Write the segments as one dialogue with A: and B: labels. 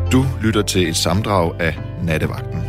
A: Du lytter til et sammendrag af Nattevagten.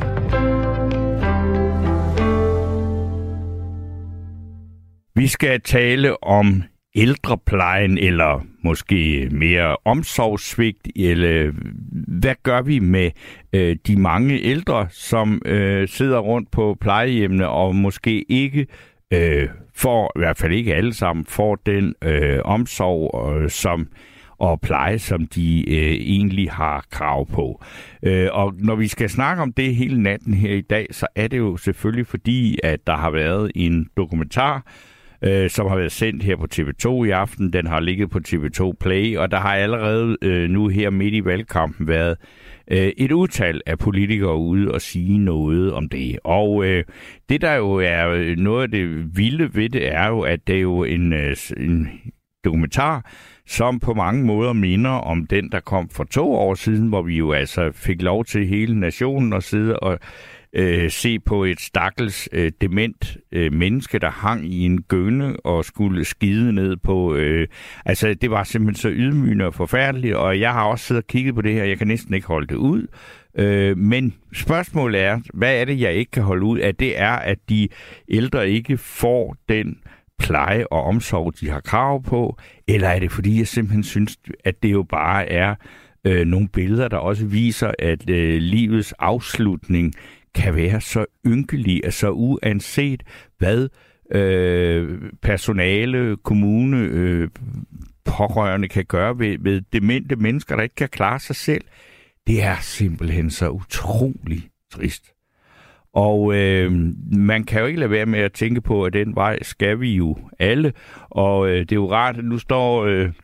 B: Vi skal tale om ældreplejen, eller måske mere omsorgssvigt, eller hvad gør vi med de mange ældre, som sidder rundt på plejehjemmene og måske ikke får, i hvert fald ikke alle sammen, får den omsorg og pleje, som de egentlig har krav på. Og når vi skal snakke om det hele natten her i dag, så er det jo selvfølgelig fordi, at der har været en dokumentar, som har været sendt her på TV2 i aften. Den har ligget på TV2 Play, og der har allerede nu her midt i valgkampen været et udtal af politikere ude og sige noget om det. Og det, der jo er noget af det vilde ved det, er jo, at det er jo en dokumentar, som på mange måder minder om den, der kom for 2 år siden, hvor vi jo altså fik lov til hele nationen at sidde og se på et stakkels dement menneske, der hang i en gøne og skulle skide ned på. Altså, det var simpelthen så ydmygende og forfærdeligt, og jeg har også siddet og kigget på det her. Jeg kan næsten ikke holde det ud. Men spørgsmålet er, hvad er det, jeg ikke kan holde ud af? Det er, at de ældre ikke får den pleje og omsorg, de har krav på, eller er det, fordi jeg simpelthen synes, at det jo bare er nogle billeder, der også viser, at livets afslutning kan være så ynkelig, altså uanset hvad personale, kommune, pårørende kan gøre ved demente mennesker, der ikke kan klare sig selv. Det er simpelthen så utrolig trist. Og man kan jo ikke lade være med at tænke på, at den vej skal vi jo alle. Og det er jo rart, at nu står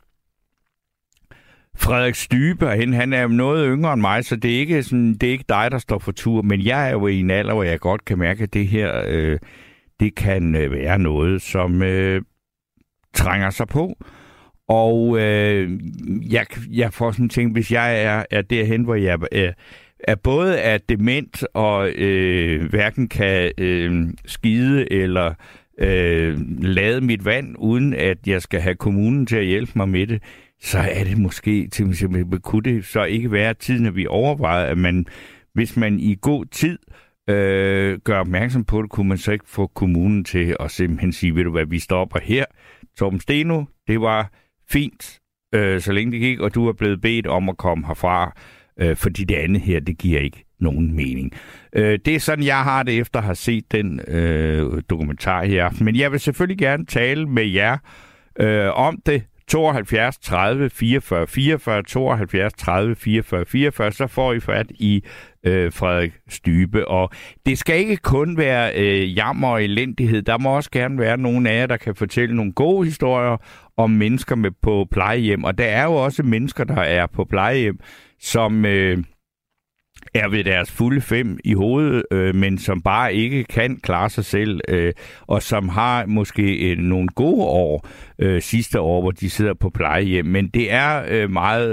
B: Frederik Stybe herinde. Han er jo noget yngre end mig, så det er ikke dig, der står for tur. Men jeg er jo i en alder, hvor jeg godt kan mærke, at det her det kan være noget, som trænger sig på. Og jeg får sådan ting, hvis jeg er derhen, hvor jeg er både er dement og hverken kan skide eller lade mit vand, uden at jeg skal have kommunen til at hjælpe mig med det, så er det måske, kunne det så ikke være tiden, at vi overvejer, at man, hvis man i god tid gør opmærksom på det, kunne man så ikke få kommunen til at simpelthen sige, ved du hvad, vi stopper her. Torben Steno, det var fint, så længe det gik, og du er blevet bedt om at komme herfra, fordi det andet her, det giver ikke nogen mening. Det er sådan, jeg har det efter at have set den dokumentar her. Men jeg vil selvfølgelig gerne tale med jer om det. 72 30 44 44, 72 30 44 44, så får I fat i Frederik Stybe. Og det skal ikke kun være jammer og elendighed. Der må også gerne være nogle af jer, der kan fortælle nogle gode historier om mennesker på plejehjem. Og der er jo også mennesker, der er på plejehjem, som er ved deres fulde 5 i hovedet, men som bare ikke kan klare sig selv, og som har måske nogle gode år sidste år, hvor de sidder på plejehjem. Men det er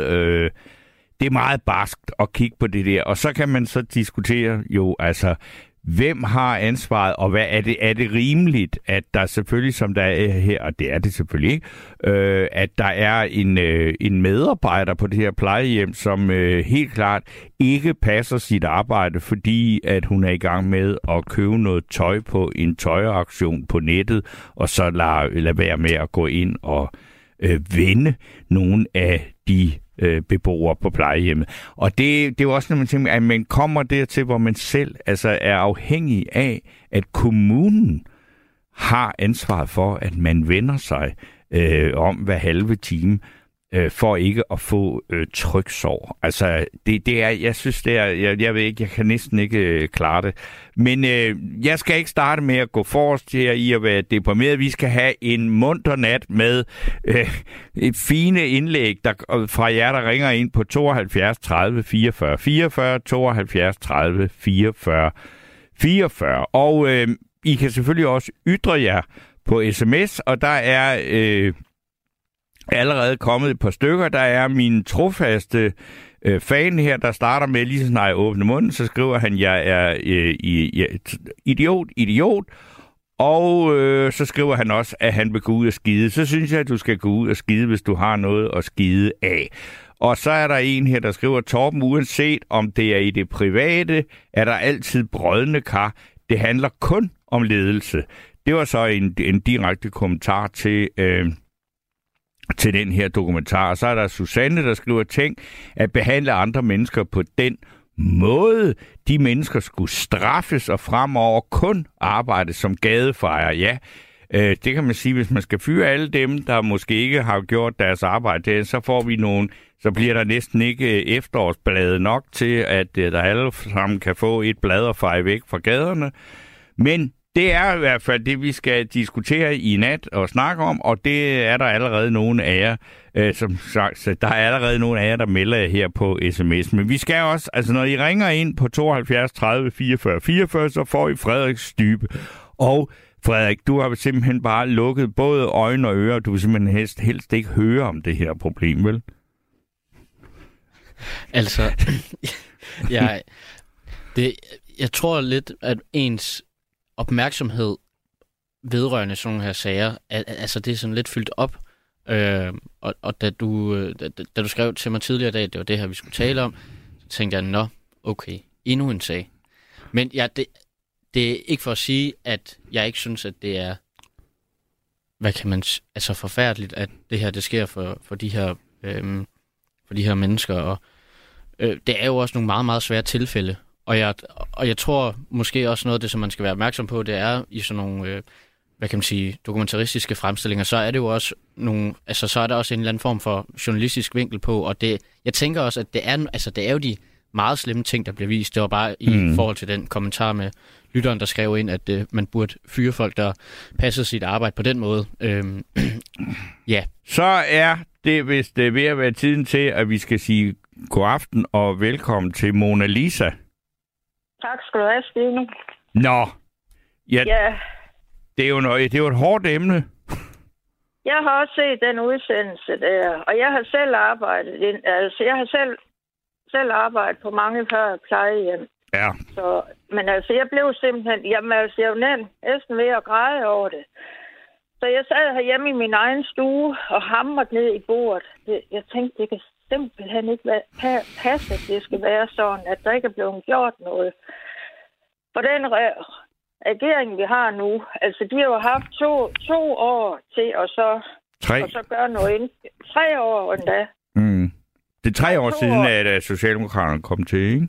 B: meget barskt at kigge på det der. Og så kan man så diskutere jo, altså, hvem har ansvaret, og hvad er det rimeligt, at der selvfølgelig, som der er her, og det er det selvfølgelig ikke, at der er en medarbejder på det her plejehjem, som helt klart ikke passer sit arbejde, fordi at hun er i gang med at købe noget tøj på en tøjauktion på nettet, og så lade være med at gå ind og vende nogle af de beboere på plejehjemmet. Og det er jo også, når man tænker, at man kommer dertil, hvor man selv altså er afhængig af, at kommunen har ansvaret for, at man vender sig om hver halve time, for ikke at få tryksår. Altså, det er, jeg synes, det er, jeg ved ikke, jeg kan næsten ikke klare det. Men jeg skal ikke starte med at gå forrest her i at være deprimeret. Vi skal have en munter nat med et fine indlæg fra jer, der ringer ind på 72 30 44 44, 72 30 44 44. Og I kan selvfølgelig også ytre jer på sms, og der er allerede kommet et par stykker. Der er min trofaste fan her, der starter med, lige så snart jeg åbner munden, så skriver han, jeg er idiot. Og så skriver han også, at han vil gå ud og skide. Så synes jeg, at du skal gå ud og skide, hvis du har noget at skide af. Og så er der en her, der skriver, Torben, uanset om det er i det private, er der altid brodne kar. Det handler kun om ledelse. Det var så en direkte kommentar til den her dokumentar. Og så er der Susanne, der skriver, tænk at behandle andre mennesker på den måde. De mennesker skulle straffes og fremover kun arbejde som gadefejere. Ja, det kan man sige, hvis man skal fyre alle dem, der måske ikke har gjort deres arbejde, så får vi så bliver der næsten ikke efterårsblade nok til, at der alle sammen kan få et blad og feje væk fra gaderne. Men det er i hvert fald det, vi skal diskutere i nat og snakke om, og det er der allerede nogle af jer, som sagt, der er allerede nogle af jer, der melder jer her på sms. Men vi skal også, altså når I ringer ind på 72 30 44 44, så får I Frederiks Stybe. Og Frederik, du har simpelthen bare lukket både øjne og ører, du vil simpelthen helst ikke høre om det her problem, vel?
C: Altså, jeg tror lidt, at ens opmærksomhed vedrørende sådan nogle her sager, altså det er sådan lidt fyldt op. Og da du skrev til mig tidligere i dag, det var det her, vi skulle tale om, så tænkte jeg, okay, endnu en sag. Men det er ikke for at sige, at jeg ikke synes, at det er, forfærdeligt, at det her, det sker for de her mennesker. Og det er jo også nogle meget, meget svære tilfælde. Og jeg tror måske også noget af det, som man skal være opmærksom på, det er i sådan nogle, dokumentaristiske fremstillinger, så er det jo også så er der også en eller anden form for journalistisk vinkel på, og jeg tænker også, at det er jo de meget slemme ting, der bliver vist. Det var bare i forhold til den kommentar med lytteren, der skrev ind, at man burde fyre folk, der passer sit arbejde på den måde. Ja. Så er det vist ved at være tiden til, at vi skal sige god aften og velkommen til Mona Lisa.
D: Tak skal du have, Stine.
B: Nå.
D: Ja.
B: Det er jo et hårdt emne.
D: Jeg har også set den udsendelse der, og jeg har selv arbejdet selv arbejdet på mange plejehjem.
B: Ja.
D: Så, men jeg blev simpelthen, jeg var næsten ved at græde over det. Så jeg sad herhjemme i min egen stue og hamrede ned i bordet. Jeg tænkte, det kan simpelthen ikke passe, at det skal være sådan, at der ikke er blevet gjort noget. For den regering, vi har nu, altså de har jo haft to år til at så gøre noget inden. 3 år endda.
B: Mm. Det er 3 år siden, at Socialdemokraterne kom til, ikke?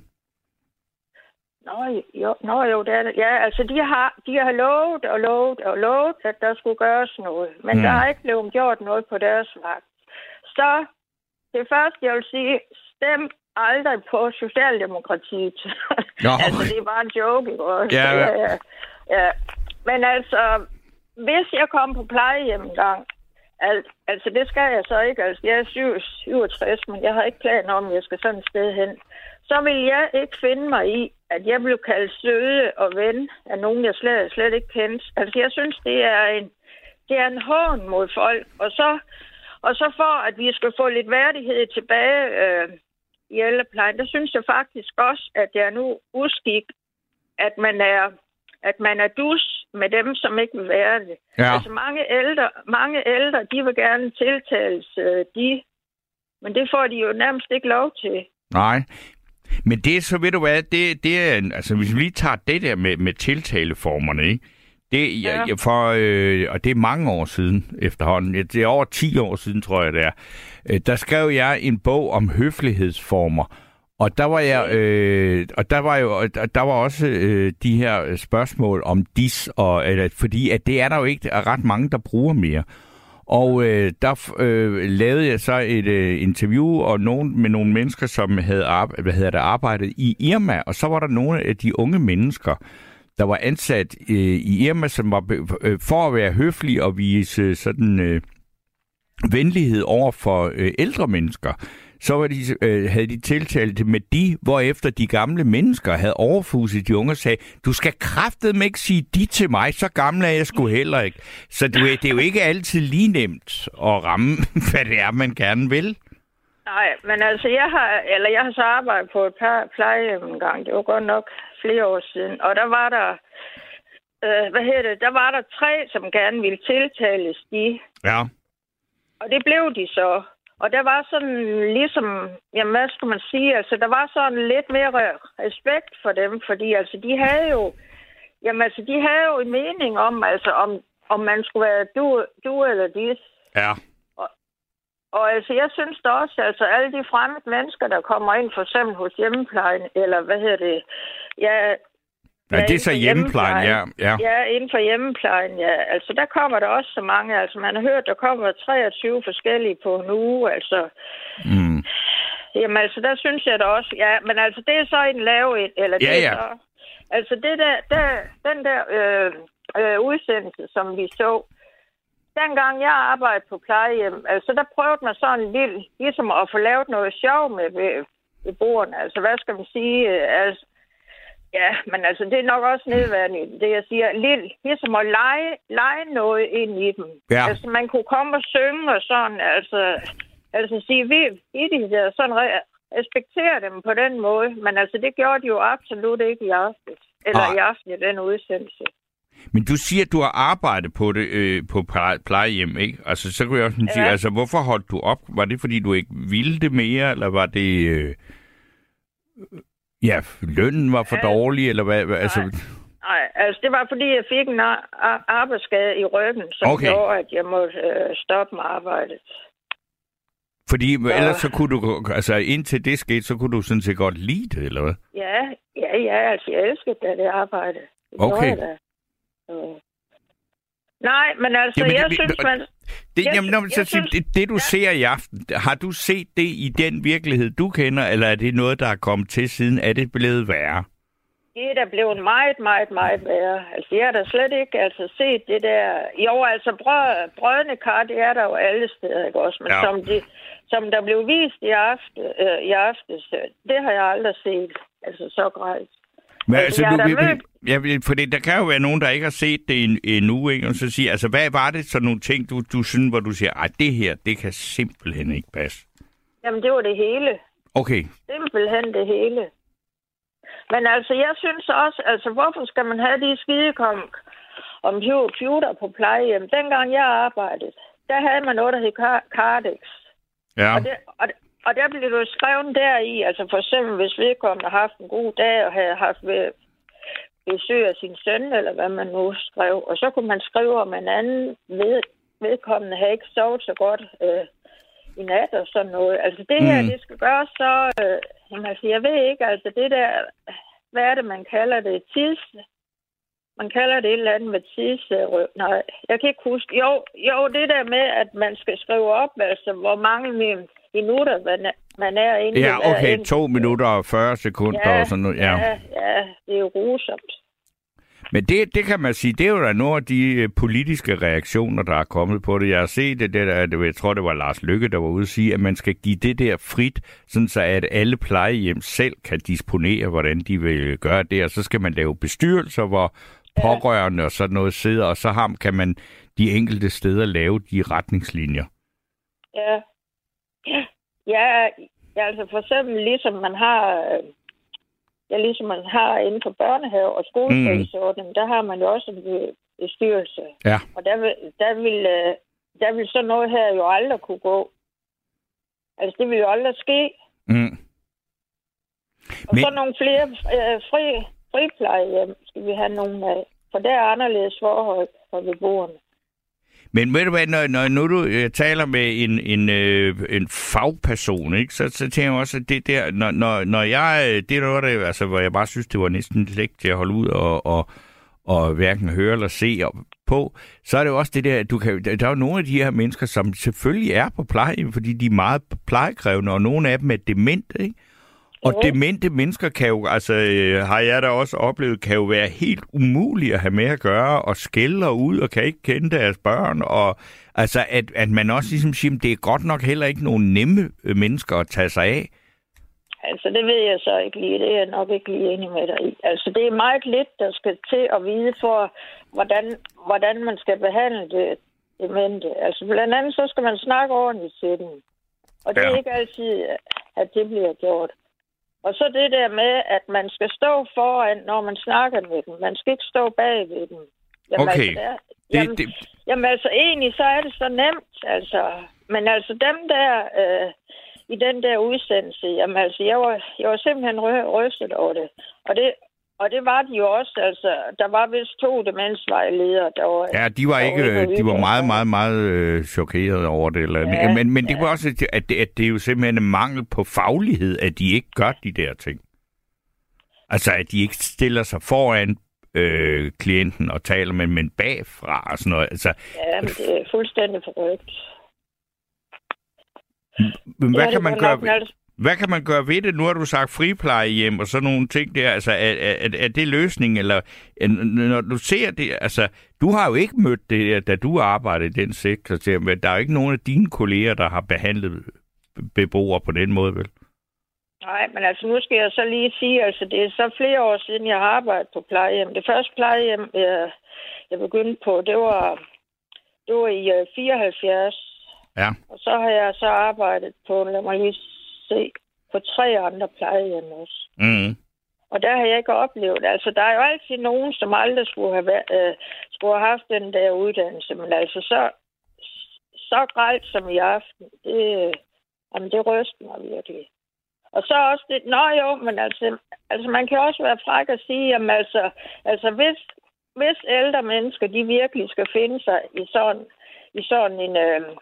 D: Nå jo, det er det. Ja, altså de har lovet, at der skulle gøres noget. Men der er ikke blevet gjort noget på deres vagt. Så det første, jeg vil sige, stem aldrig på Socialdemokratiet. Altså, det er bare en joke, ikke også? Ja. Men altså, hvis jeg kommer på plejehjem en gang, altså det skal jeg så ikke. Altså, jeg er 67, men jeg har ikke planer om, at jeg skal sådan et sted hen. Så vil jeg ikke finde mig i, at jeg bliver kaldt søde og ven af nogen, jeg slet ikke kendte. Altså, jeg synes, det er en hån mod folk. Og så for, at vi skal få lidt værdighed tilbage i ældreplejen, der synes jeg faktisk også, at det er nu uskik, at man er dus med dem, som ikke vil være det. Ja. Altså mange ældre, de vil gerne tiltales, men det får de jo nærmest ikke lov til.
B: Nej, men det er så, ved du hvad, det er, altså hvis vi lige tager det der med tiltaleformerne, ikke? Og det er mange år siden efterhånden. Det er over 10 år siden, tror jeg det er. Der skrev jeg en bog om høflighedsformer. Og der var der var også de her spørgsmål om dis, fordi at det er der jo ikke ret mange, der bruger mere. Og der lavede jeg så et interview med nogle mennesker, som havde arbejdet i Irma, og så var der nogle af de unge mennesker, der var ansat i Irma, som var for at være høflige og vise sådan venlighed over for ældre mennesker. Så havde de tiltalt med hvorefter de gamle mennesker havde overfuset de unge og sagde, du skal kraftedeme ikke sige de til mig, så gammel er jeg sgu heller ikke. Så det er jo ikke altid lige nemt at ramme, hvad det er, man gerne vil.
D: Nej, men altså jeg har så arbejdet på et plejehjem en gang. Det var godt nok flere år siden. Og der var der, der var der 3, som gerne ville tiltales de.
B: Ja.
D: Og det blev de så. Og der var sådan ligesom, jamen hvad skal man sige, altså der var sådan lidt mere respekt for dem, fordi altså de havde jo en mening om, altså om man skulle være du eller dis.
B: Ja.
D: Og altså jeg synes da også, altså alle de fremmede mennesker, der kommer ind for eksempel hos hjemmeplejen, eller hvad hedder det,
B: Ja, det er så hjemmeplejen, ja.
D: Ja, inden for hjemmeplejen, ja. Altså, der kommer der også så mange. Altså, man har hørt, der kommer 23 forskellige på en uge, altså. Jamen, altså, der synes jeg da også, ja. Men altså, det er så en lave, eller det er så... Altså, det den der udsendelse, som vi så, dengang jeg arbejdede på plejehjem, altså, der prøvede man sådan lidt, ligesom at få lavet noget sjov med beboerne. Altså, hvad skal man sige, altså, ja, men altså, det er nok også nedværende, det jeg siger. Lidt ligesom at lege noget ind i dem. Ja. Altså, man kunne komme og synge og sådan, altså sige, vi der sådan respektere dem på den måde. Men altså, det gjorde de jo absolut ikke i aften. Eller i aften i den udsendelse.
B: Men du siger, at du har arbejdet på det på plejehjem, ikke? Altså, så kunne jeg også sige, altså, hvorfor holdt du op? Var det, fordi du ikke ville det mere, eller var det... Ja, lønnen var for dårlig, eller hvad? Altså...
D: Nej, altså det var, fordi jeg fik en arbejdsskade i ryggen, som gjorde, at jeg måtte stoppe med arbejdet.
B: Fordi ellers så kunne du, altså indtil det skete, så kunne du sådan set godt lide det, eller hvad?
D: Ja, altså jeg elskede det arbejde.
B: Okay.
D: Nej, men altså, jeg synes, man...
B: Det du ser i aften, har du set det i den virkelighed, du kender, eller er det noget, der er kommet til siden? Er det blevet værre?
D: Det er da blevet meget, meget, meget værre. Altså, jeg har da slet ikke set det der... Jo, altså, brødende kar, det er der jo alle steder, ikke også? Men som der blev vist i aftes, det har jeg aldrig set. Altså, så grejt.
B: Men altså, fordi der kan jo være nogen, der ikke har set det endnu, ikke? Og så siger, altså, hvad var det så nogle ting, du synes, hvor du siger, det her, det kan simpelthen ikke passe? Jamen, det var det hele. Okay.
D: Simpelthen det hele. Men altså, jeg synes også, altså, hvorfor skal man have de computer på plejehjem? Dengang jeg arbejdede, der havde man noget, der hed Cardex.
B: Ja.
D: Og der blev det skrevet deri, altså for eksempel, hvis vedkommende har haft en god dag og havde haft besøg af sin søn, eller hvad man nu skrev. Og så kunne man skrive om en anden vedkommende havde ikke sovet så godt i nat og sådan noget. Altså det her, det skal gøres så... jamen altså, jeg ved ikke, altså det der... Hvad er det, man kalder det? Man kalder det et eller andet med nej, jeg kan ikke huske. Jo, det der med, at man skal skrive op, altså hvor mange minutter man er inde.
B: Ja, okay, 2 minutter og 40 sekunder og sådan noget. Ja,
D: det er jo grusomt.
B: Men det kan man sige, det er jo da nogle af de politiske reaktioner, der er kommet på det. Jeg har set det der, jeg tror, det var Lars Løkke, der var ude at sige, at man skal give det der frit, sådan så at alle plejehjem selv kan disponere, hvordan de vil gøre det, og så skal man lave bestyrelser, hvor pårørende og sådan noget sidder, og så kan man de enkelte steder lave de retningslinjer.
D: Ja, altså for eksempel ligesom man har... ligesom man har inden for børnehave og skolefritidsordning, der har man jo også en bestyrelse.
B: Ja.
D: Og der vil sådan noget her jo aldrig kunne gå. Altså, det vil jo aldrig ske. Og så nogle flere friplejehjem skal vi have nogle af. For der er anderledes forhold for beboerne.
B: Men ved du hvad, når nu du taler med en fagperson, ikke, så tænker jeg også, at det der, når jeg, det er noget, der, altså, hvor jeg bare synes, det var næsten slet til at holde ud og hverken høre eller se på, så er det jo også det der, der er jo nogle af de her mennesker, som selvfølgelig er på plejehjem, fordi de er meget plejekrævende, og nogle af dem er demente, ikke? Og demente mennesker kan jo, altså har jeg da også oplevet, kan jo være helt umulige at have med at gøre, og skælder ud, og kan ikke kende deres børn, og altså at man også ligesom siger, det er godt nok heller ikke nogen nemme mennesker at tage sig af.
D: Altså det ved jeg så ikke lige, det er jeg nok ikke lige enig med dig i. Altså det er meget lidt, der skal til at vide for, hvordan man skal behandle det demente. Altså blandt andet så skal man snakke ordentligt til dem, og det er ikke altid, at det bliver gjort. Og så det der med, at man skal stå foran, når man snakker med dem. Man skal ikke stå bag ved dem. Jamen,
B: okay.
D: Jamen altså egentlig, så er det så nemt. Altså, men altså dem der, i den der udsendelse, jamen altså, jeg var simpelthen rystet over det. Og det var de jo også, altså, der var vist 2 demensvejledere, der var...
B: Ja, de var meget, meget, meget chokerede over det. Eller ja, men det var også, at det er jo simpelthen en mangel på faglighed, at de ikke gør de der ting. Altså, at de ikke stiller sig foran klienten og taler med, men bagfra og sådan noget. Altså,
D: ja, men det er fuldstændig forrygt.
B: Men hvad kan man gøre ved det? Nu har du sagt friplejehjem og sådan nogle ting der. Altså, er det løsning? Eller når du ser det, altså, du har jo ikke mødt det der, da du arbejder i den sektor, men der er jo ikke nogen af dine kolleger, der har behandlet beboere på den måde, vel?
D: Nej, men altså, nu skal jeg så lige sige, altså, det er så flere år siden, jeg har arbejdet på plejehjem. Det første plejehjem, jeg begyndte på, det var i 74.
B: Ja.
D: Og så har jeg så arbejdet på, lad mig lige se, på 3 andre plejehjem også.
B: Mm.
D: Og der har jeg ikke oplevet. Altså, der er jo altid nogen, som aldrig skulle have haft den der uddannelse. Men altså, så grelt som i aften, det ryster mig virkelig. Og så også det, men altså man kan også være fræk at sige, jamen altså hvis ældre mennesker, de virkelig skal finde sig i sådan en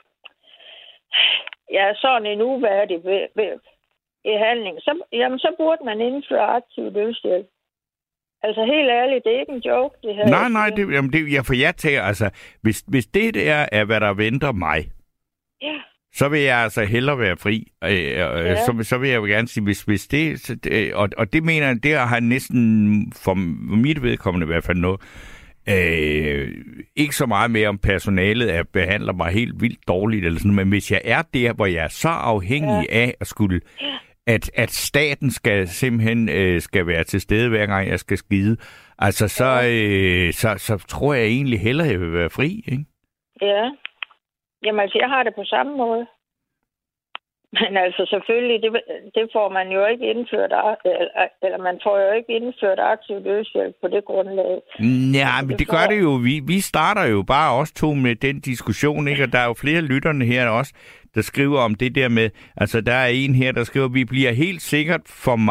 D: sådan en uværdig behandling, så burde man indføre aktiv dødshjælp. Altså helt ærligt, det er ikke en joke, det her.
B: Nej, for jeg tænker, altså, hvis det der er, hvad der venter mig,
D: ja,
B: så vil jeg altså hellere være fri. Så vil jeg jo gerne sige, hvis det... Og det mener jeg, det har næsten, for mit vedkommende i hvert fald noget, ikke så meget mere om personalet behandler mig helt vildt dårligt, eller sådan, men hvis jeg er der, hvor jeg er så afhængig af at skulle... At staten simpelthen skal være til stede, hver gang jeg skal skide, altså så tror jeg egentlig hellere, jeg vil være fri, ikke?
D: Ja. Jamen altså, jeg har det på samme måde. Men altså, selvfølgelig, det får man jo ikke indført, eller man får jo ikke indført aktiv dødshjælp på det grundlag.
B: Ja, men det gør det jo. Vi starter jo bare også 2 med den diskussion, ikke? Og der er jo flere lytterne her også, der skriver om det der med, altså der er en her, der skriver, vi bliver helt sikkert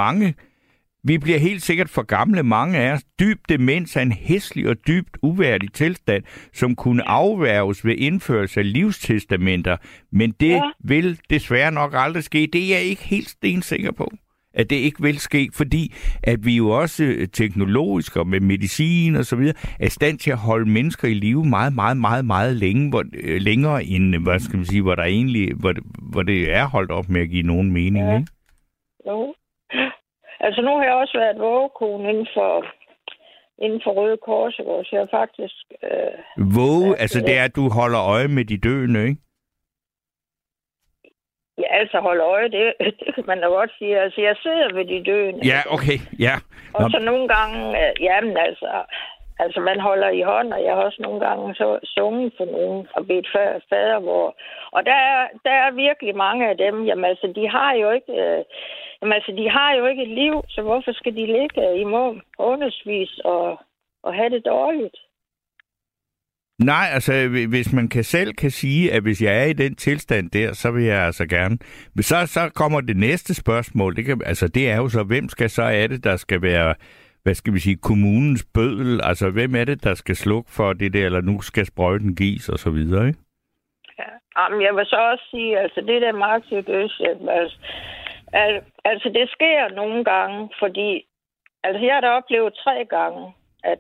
B: for gamle, mange af os. Dyb demens er en hæslig og dybt uværdig tilstand, som kunne afværges ved indførelse af livstestamenter, men det vil desværre nok aldrig ske. Det er jeg ikke helt stensikker på, at det ikke vil ske, fordi at vi jo også teknologisk og med medicin og så videre er i stand til at holde mennesker i live meget, meget, meget, meget længe, længere end, hvad skal man sige, hvor der egentlig, hvor det er holdt op med at give nogen mening, ikke?
D: Jo. Altså nu har jeg også været vågekone inden for Røde Kors, så jeg faktisk...
B: altså det er, at du holder øje med de døende, ikke?
D: Ja, altså holde øje, det kan man da godt sige. Altså jeg sidder ved de døende.
B: Ja, okay, ja.
D: Og så nogle gange, jamen altså man holder i hånd, og jeg har også nogle gange så sunget for nogen og bedt fader, hvor... Og der er virkelig mange af dem, jamen altså de har jo ikke et liv, så hvorfor skal de ligge i månedsvis og have det dårligt?
B: Nej, altså hvis man selv kan sige, at hvis jeg er i den tilstand der, så vil jeg altså gerne. Men så kommer det næste spørgsmål. Det er jo så, hvem skal så er det, der skal være, hvad skal vi sige, kommunens bøddel? Altså hvem er det, der skal slukke for det der, eller nu skal sprøjten gives og så videre, ikke?
D: Ja, men jeg vil så også sige, altså det der aktiv dødshjælp, altså det sker nogle gange, fordi altså jeg har da oplevet 3 gange,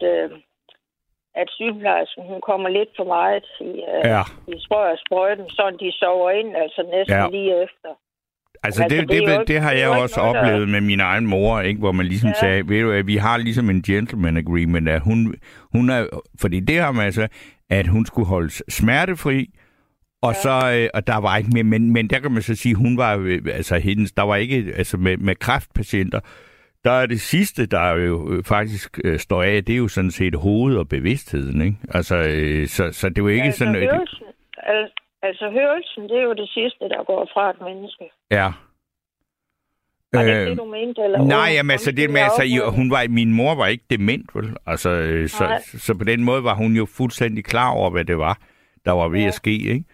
D: at sygeplejersken, hun kommer lidt for meget i sprøjten, så de sover ind, altså næsten lige efter.
B: Altså det har jeg også oplevet med min egen mor, ikke, hvor man ligesom sagde, ved du, at vi har ligesom en gentleman agreement, at hun er, fordi det har man altså, at hun skulle holdes smertefri, og så, og der var ikke mere, men der kan man så sige, hun var, altså hendes, der var ikke, altså med kræftpatienter, der er det sidste, der jo faktisk står af, det er jo sådan set hovedet og bevidstheden, ikke? Altså, så det er jo ikke sådan...
D: hørelsen, det er jo det sidste, der går fra et menneske.
B: Ja.
D: Var det du mente? Eller
B: nej, jamen altså, det med, altså, min mor var ikke dement, vel? Altså, så på den måde var hun jo fuldstændig klar over, hvad det var, der var ved at ske, ikke?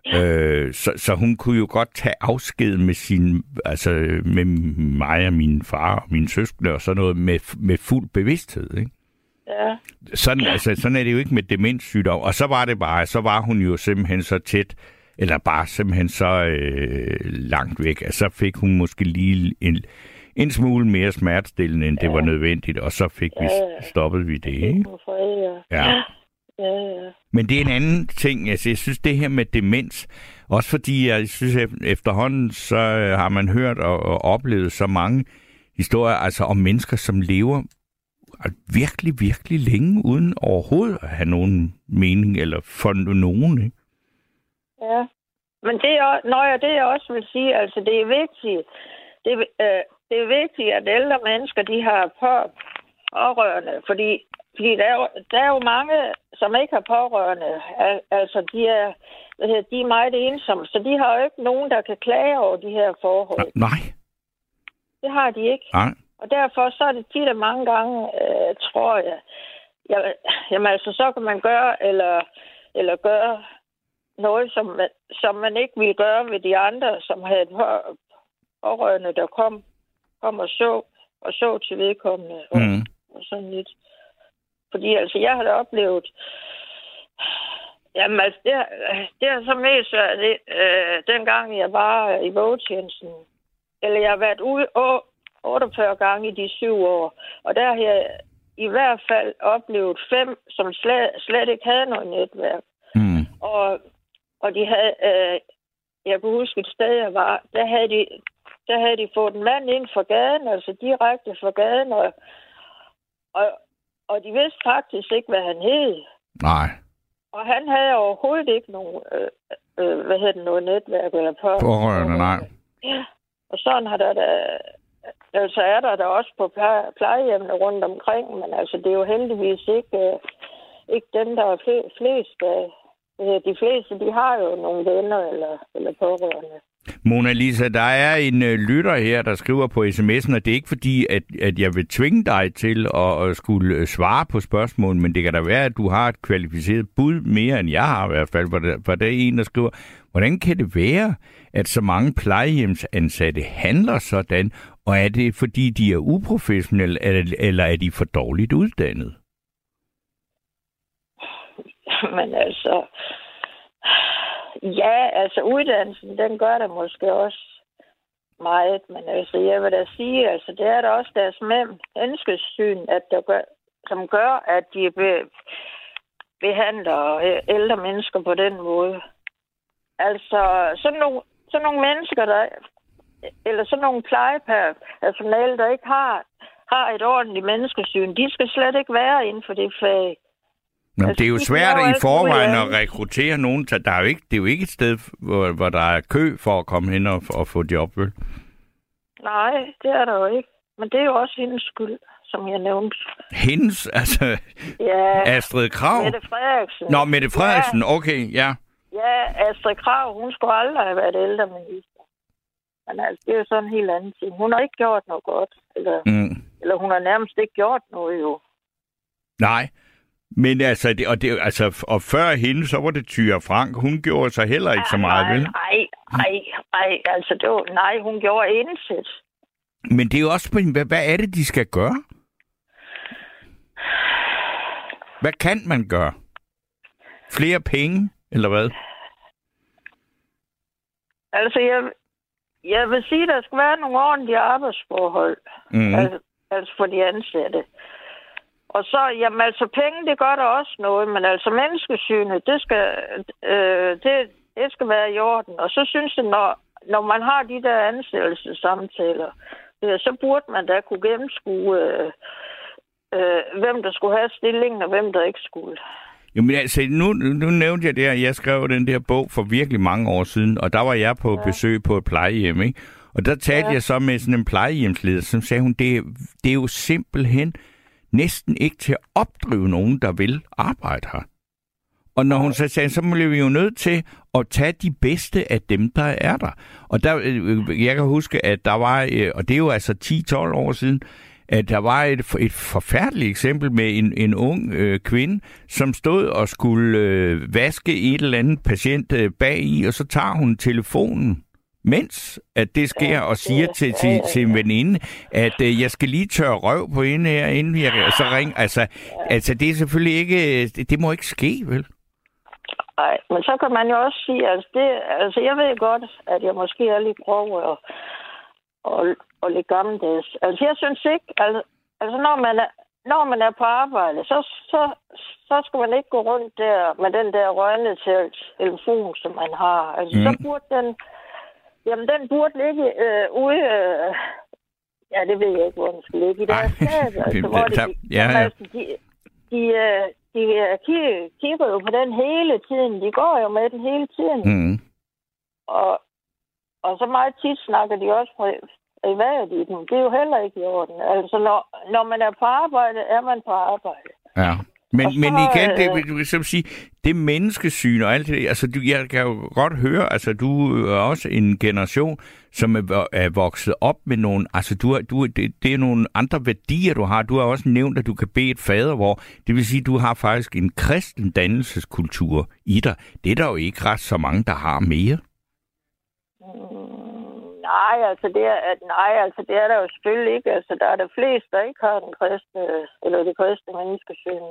B: Så hun kunne jo godt tage afsked med mig og min far og mine søskende og sådan noget med fuld bevidsthed, ikke?
D: Ja.
B: Sådan er det jo ikke med demenssygdom. Og så var hun jo simpelthen så tæt, eller bare simpelthen så langt væk, at så fik hun måske lige en smule mere smertestillende, end det var nødvendigt, og så fik vi stoppet vi det, ikke? Ja. Men det er en anden ting. Altså, jeg synes, det her med demens, også fordi jeg synes, efterhånden, så har man hørt og oplevet så mange historier, altså om mennesker, som lever virkelig, virkelig længe, uden overhovedet at have nogen mening, eller for nogen, ikke?
D: Ja, men det jeg også vil sige, altså det er vigtigt, det er vigtigt, at ældre mennesker, de har pårørende, fordi der er jo mange, som ikke har pårørende, altså de er meget ensomme, så de har jo ikke nogen, der kan klage over de her forhold.
B: Nej.
D: Det har de ikke. Nej. Og derfor så er det tit og mange gange, tror jeg, jamen altså så kan man gøre, eller gøre noget, som man ikke ville gøre ved de andre, som havde pårørende, der kom og så til vedkommende og sådan lidt. Fordi altså, jeg har da oplevet, jamen altså, det er så mest dengang jeg var i vågetjenesten, eller jeg har været ude 48 gange i de 7 år, og der har jeg i hvert fald oplevet 5, som slet ikke havde noget netværk. Og de havde, jeg kunne huske et sted, jeg var, der havde de fået en mand ind fra gaden, altså direkte fra gaden, og de vidste faktisk ikke, hvad han hed.
B: Nej.
D: Og han havde overhovedet ikke nogen, noget netværk eller
B: pårørende, nej.
D: Ja, og sådan har der altså er der også på plejehjemmene rundt omkring, men altså det er jo heldigvis ikke dem, der er flest af. De fleste, de har jo nogle venner eller pårørende.
B: Mona Lisa, der er en lytter her, der skriver på sms'en, og det er ikke fordi, at jeg vil tvinge dig til at skulle svare på spørgsmål, men det kan da være, at du har et kvalificeret bud mere, end jeg har i hvert fald. For der er en, der skriver, hvordan kan det være, at så mange plejehjemsansatte handler sådan, og er det fordi, de er uprofessionelle, eller er de for dårligt uddannet?
D: Men altså, ja, altså uddannelsen, den gør der måske også meget, men altså, jeg vil da sige, altså, det er da også deres menneskesyn, som gør, at de behandler ældre mennesker på den måde. Altså, sådan nogle mennesker, eller sådan nogle plejepersonale, der ikke har et ordentligt menneskesyn, de skal slet ikke være inden for det fag.
B: Men altså, det er jo svært i forvejen at rekruttere nogen. Det er jo ikke et sted, hvor der er kø for at komme hen og få job, vel?
D: Nej, det er der jo ikke. Men det er jo også hendes skyld, som jeg nævnte.
B: Hendes? Altså, ja, Astrid Krag?
D: Mette Frederiksen.
B: Nå, Mette Frederiksen, ja. Okay, ja.
D: Ja, Astrid Krag, hun skulle aldrig have været ældreminister. Men altså, det er jo sådan en helt anden ting. Hun har ikke gjort noget godt. Eller hun har nærmest ikke gjort noget, jo.
B: Nej. Men altså, og før hende, så var det Thyra Frank. Hun gjorde så heller ikke så meget, vel?
D: Nej, altså hun gjorde indsæt.
B: Men det er jo også, hvad er det, de skal gøre? Hvad kan man gøre? Flere penge, eller hvad?
D: Altså, jeg vil sige, der skal være nogle ordentlige arbejdsforhold. Altså for de ansatte. Og så, jamen altså, penge, det gør der også noget, men altså menneskesynet, det skal være i orden. Og så synes jeg, når man har de der ansættelsessamtaler, så burde man da kunne gennemskue, hvem der skulle have stillingen, og hvem der ikke skulle.
B: Jo, men altså, nu nævnte jeg det her, jeg skrev den der bog for virkelig mange år siden, og der var jeg på besøg på et plejehjem, ikke? Og der talte jeg så med sådan en plejehjemsleder, som sagde hun, det er jo simpelthen næsten ikke til at opdrive nogen, der vil arbejde her. Og når hun så sagde, så bliver vi jo nødt til at tage de bedste af dem, der er der. Og der, jeg kan huske, at der var, og det er jo altså 10-12 år siden, at der var et forfærdeligt eksempel med en ung kvinde, som stod og skulle vaske et eller andet patient bag i, og så tager hun telefonen, mens at det sker, og siger til en veninde, at jeg skal lige tørre røv på hende her, inden jeg så ringer. Altså, det er selvfølgelig ikke, det må ikke ske, vel?
D: Nej, men så kan man jo også sige, altså jeg ved godt, at jeg måske er lidt grov og lidt gammeldags. Altså jeg synes ikke, altså når man er på arbejde, så skal man ikke gå rundt der med den der rørende telefon, som man har. Altså så burde den burde ligge ude. Ja, det ved jeg ikke, hvor den skal ligge i deres sted. Altså, hvor de kigger jo på den hele tiden. De går jo med den hele tiden. Mm. Og så meget tit snakker de også privat i den. Det er jo heller ikke i orden. Altså, når man er på arbejde, er man på arbejde. Ja.
B: Men igen, du kan sige, det menneskesyn og alt det, altså jeg kan jo godt høre, altså du er også en generation, som er vokset op med nogle, altså det er nogle andre værdier, du har. Du har også nævnt, at du kan bede et fadervor. Det vil sige, at du har faktisk en kristen dannelseskultur i dig. Det er der jo ikke ret så mange, der har mere.
D: Nej, det er der jo selvfølgelig ikke. Altså, der er der flest, der ikke har den kristne, eller det kristne menneskesyn.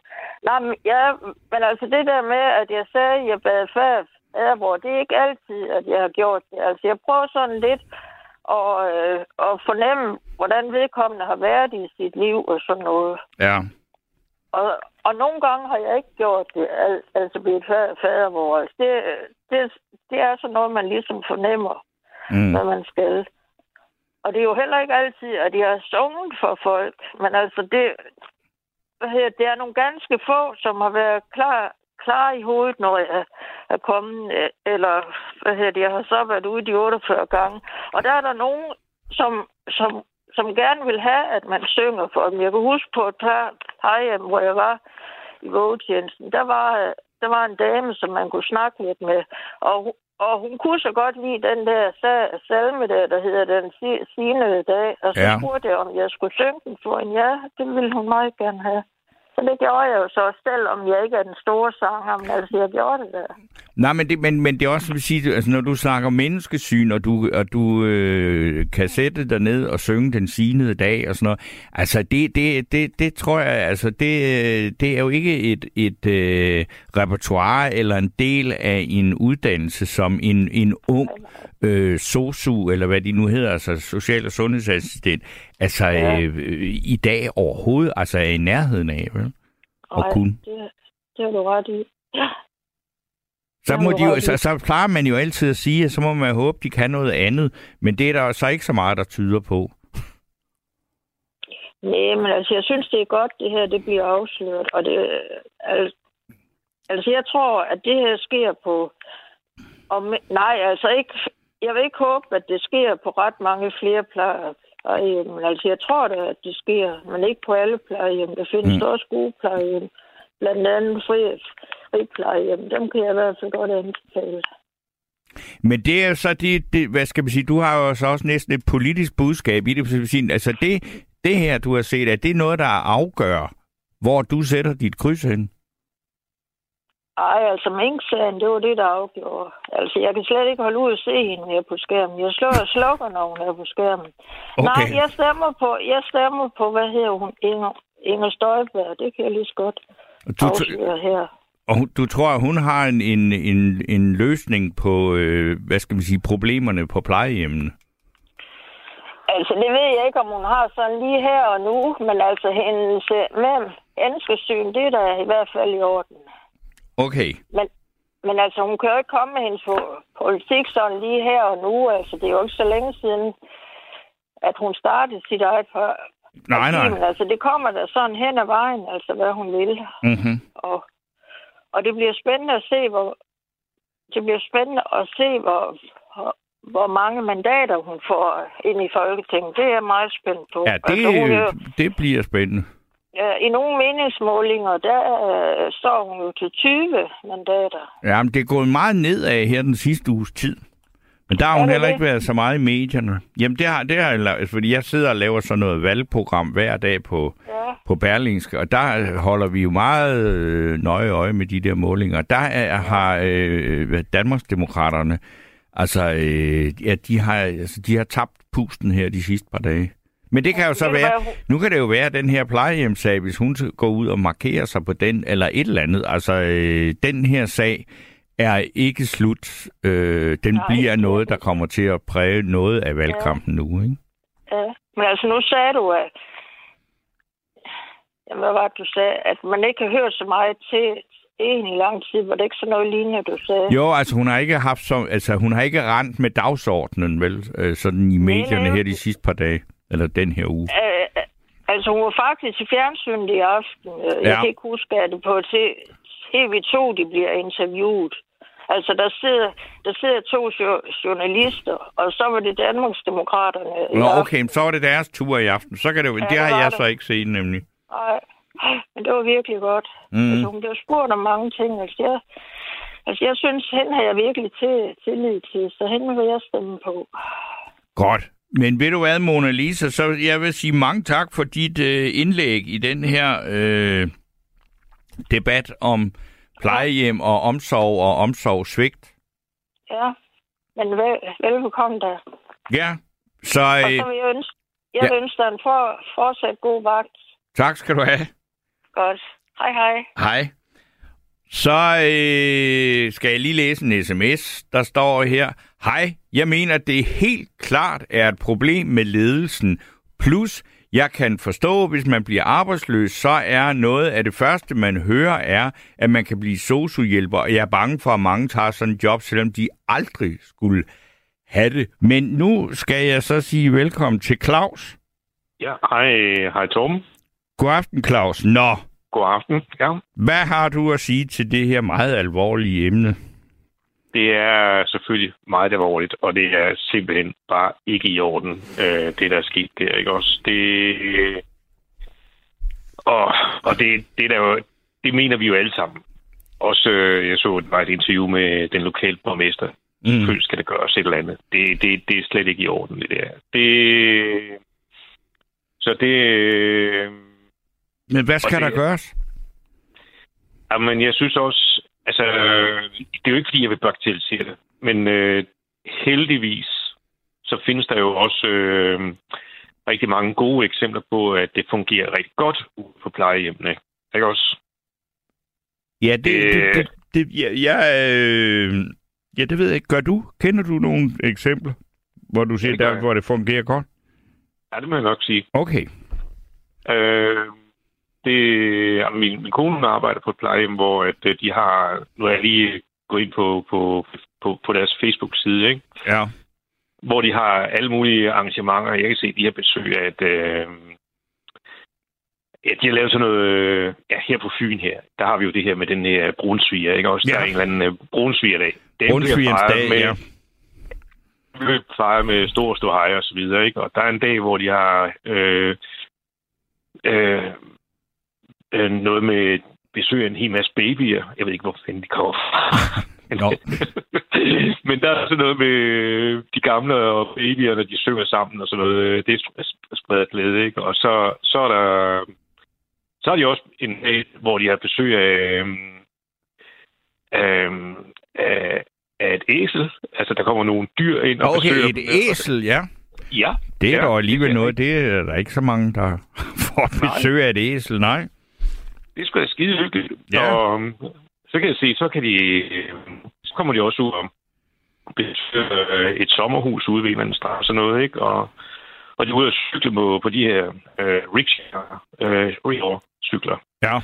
D: Men altså det der med, at jeg sagde, at jeg bad fadervor, det er ikke altid, at jeg har gjort det. Altså, jeg prøver sådan lidt at fornemme, hvordan vedkommende har været i sit liv og sådan noget. Ja. Og nogle gange har jeg ikke gjort det, altså bedt fadervor. Altså, det er sådan noget, man ligesom fornemmer. Hvad man skal. Og det er jo heller ikke altid, at jeg har sunget for folk, men altså det er nogle ganske få, som har været klar i hovedet, når jeg er kommet, eller jeg har så været ude de 48 gange. Og der er der nogen, som gerne vil have, at man synger for dem. Jeg kan huske på et plejehjem, hvor jeg var i vågetjenesten. Der var en dame, som man kunne snakke lidt med, og hun kunne så godt lide den der salme der hedder Den Signede Dag. Og så spurgte jeg, om jeg skulle synge den for hende. Ja, det ville hun meget gerne have. Så det gjorde jeg jo så, selvom jeg ikke er den store sanger, men altså jeg gjorde det der.
B: Nej, men det er også, vil sige, altså når du snakker menneskesyn, og du kan sætte dig ned og synge Den Signede Dag og sådan noget, altså det tror jeg, altså det er jo ikke et repertoire eller en del af en uddannelse, som en ung sosu, eller hvad de nu hedder, altså social- og sundhedsassistent, altså i dag overhovedet, altså er i nærheden af, vel?
D: Nej, det har du ret i. Ja.
B: Så plejer man jo altid at sige, at så må man håbe, de kan noget andet, men det er der så ikke så meget, der tyder på.
D: Nej, men altså, jeg synes, det er godt, det her, det bliver afsløret, og det, altså, jeg tror, at det her sker på, jeg vil ikke håbe, at det sker på ret mange flere plejehjem. Altså, jeg tror da, at det sker, men ikke på alle plejehjem. Der findes også gode plejehjem. Blandt andet friplejehjem. Dem kan jeg i hvert fald godt anbefale.
B: Men det er jo så det, hvad skal man sige, du har jo så også næsten et politisk budskab i det. Altså det her, du har set, er det noget, der afgør, hvor du sætter dit kryds hen?
D: Ej, altså Mink-sagen, det var det, der afgjorde. Altså, jeg kan slet ikke holde ud og se hende mere på skærmen. Jeg slår og slukker, når hun er på skærmen. Okay. Nej, jeg stemmer på, hvad hedder hun? Inger Støjberg. Det kan jeg lige så godt afsløre her.
B: Og du tror, at hun har en løsning på, hvad skal man sige, problemerne på plejehjemmene?
D: Altså, det ved jeg ikke, om hun har sådan lige her og nu, men altså, hendes menneskesyn, det er der i hvert fald i orden.
B: Okay.
D: Men altså, hun kan jo ikke komme med hendes politik sådan lige her og nu. Altså, det er jo ikke så længe siden, at hun startede sit eget
B: Nej.
D: Men altså, det kommer der sådan hen ad vejen, altså, hvad hun vil. Mm-hmm. Og det bliver spændende at se, hvor mange mandater hun får ind i Folketinget. Det er jeg meget spændt på.
B: Ja, det bliver spændende.
D: I nogle meningsmålinger, der står hun jo til 20 mandater.
B: Ja, men det er gået meget nedad her den sidste uges tid. Men der har hun heller ikke været så meget i medierne. Jamen, det har jeg lavet, fordi jeg sidder og laver sådan noget valgprogram hver dag på Berlingske, og der holder vi jo meget nøje øje med de der målinger. Der har Danmarksdemokraterne, de har tabt pusten her de sidste par dage. Men det kan jo så være, nu kan det jo være den her plejehjemssag, hvis hun går ud og markerer sig på den, eller et eller andet. Den her sag er ikke slut. Den bliver noget, der kommer til at præge noget af valgkampen nu, ikke?
D: Ja, men nu sagde du, at hvad var det, du sagde? At man ikke har hørt så meget til en i lang tid. Var det ikke sådan noget lignende, du sagde?
B: Jo, hun har ikke hun har ikke rendt med dagsordenen, vel? Sådan i medierne her de sidste par dage. Eller den her uge.
D: Hun var faktisk i fjernsynet i aften. Jeg kan ikke huske, at det på TV2, de bliver interviewet. Der sidder 2 journalister, og så var det Danmarksdemokraterne.
B: Nå, okay, så var det deres tur i aften. Så kan det har jeg så ikke set, nemlig.
D: Nej, men det var virkelig godt. Hun blev spurgt om mange ting. Jeg synes, hende har jeg virkelig tillid til, så hende vil jeg stemme på.
B: Godt. Men ved du hvad, Mona Lisa, så jeg vil sige mange tak for dit indlæg i den her debat om plejehjem og omsorg og omsorgssvigt. Ja,
D: men velbekomme der.
B: Ja, så...
D: Og så vil jeg ønske dig en fortsat god vagt.
B: Tak skal du have.
D: Godt. Hej, hej.
B: Hej. Så skal jeg lige læse en sms, der står her. Hej, jeg mener, at det helt klart er et problem med ledelsen. Plus, jeg kan forstå, hvis man bliver arbejdsløs, så er noget af det første, man hører, er, at man kan blive sosu-hjælper. Og jeg er bange for, at mange tager sådan en job, selvom de aldrig skulle have det. Men nu skal jeg så sige velkommen til Claus.
E: Ja, hej Torben.
B: God aften, Claus. Nå.
E: God aften, ja.
B: Hvad har du at sige til det her meget alvorlige emne?
E: Det er selvfølgelig meget alvorligt, og det er simpelthen bare ikke i orden, det der er sket der, ikke også? Det mener vi jo alle sammen. Også, jeg så et interview med den lokale borgmester. Selvfølgelig skal det gøres et eller andet. Det er slet ikke i orden, det der.
B: Men hvad skal der gøres?
E: Jamen, jeg synes også, det er jo ikke fordi, jeg vil bagatellisere det, men heldigvis, så findes der jo også rigtig mange gode eksempler på, at det fungerer rigtig godt ude på plejehjemmene. Ikke også?
B: Ja, det ved jeg ikke. Kender du nogle eksempler, hvor du siger, der hvor det fungerer godt?
E: Ja, det må jeg nok sige.
B: Okay.
E: Min kone arbejder på et plejehjem, hvor at de har... Nu er jeg lige gået ind på deres Facebook-side, ikke?
B: Ja.
E: Hvor de har alle mulige arrangementer. Jeg kan se, at de har besøg af, at de har lavet sådan noget... her på Fyn her, der har vi jo det her med den her brunsviger, ikke? Også der er en eller anden brunsvigerdag.
B: Brunsvigerens dag, ja.
E: Vi fejrer med stor ståhej og så videre, ikke? Og der er en dag, hvor de har... noget med besøg af en hel masse babyer. Jeg ved ikke, hvor fanden de kommer fra. Men der er sådan noget med de gamle og babyerne, de synger sammen og sådan noget. Det spreder glæde, ikke? Og så er de også en dag, hvor de har besøg af et æsel. Altså, der kommer nogle dyr ind og besøger
B: dem. Okay, et æsel, ja.
E: Ja.
B: Det er dog alligevel noget. Det er der ikke så mange, der får besøg af et æsel, nej.
E: Det er sgu da skide hyggeligt.
B: Ja.
E: Og så kan jeg se, så kommer de også ud og besøger et sommerhus ude ved en strand og sådan noget, ikke? Og de er ude og cykle på de her rickshaw-cykler.
B: Ja.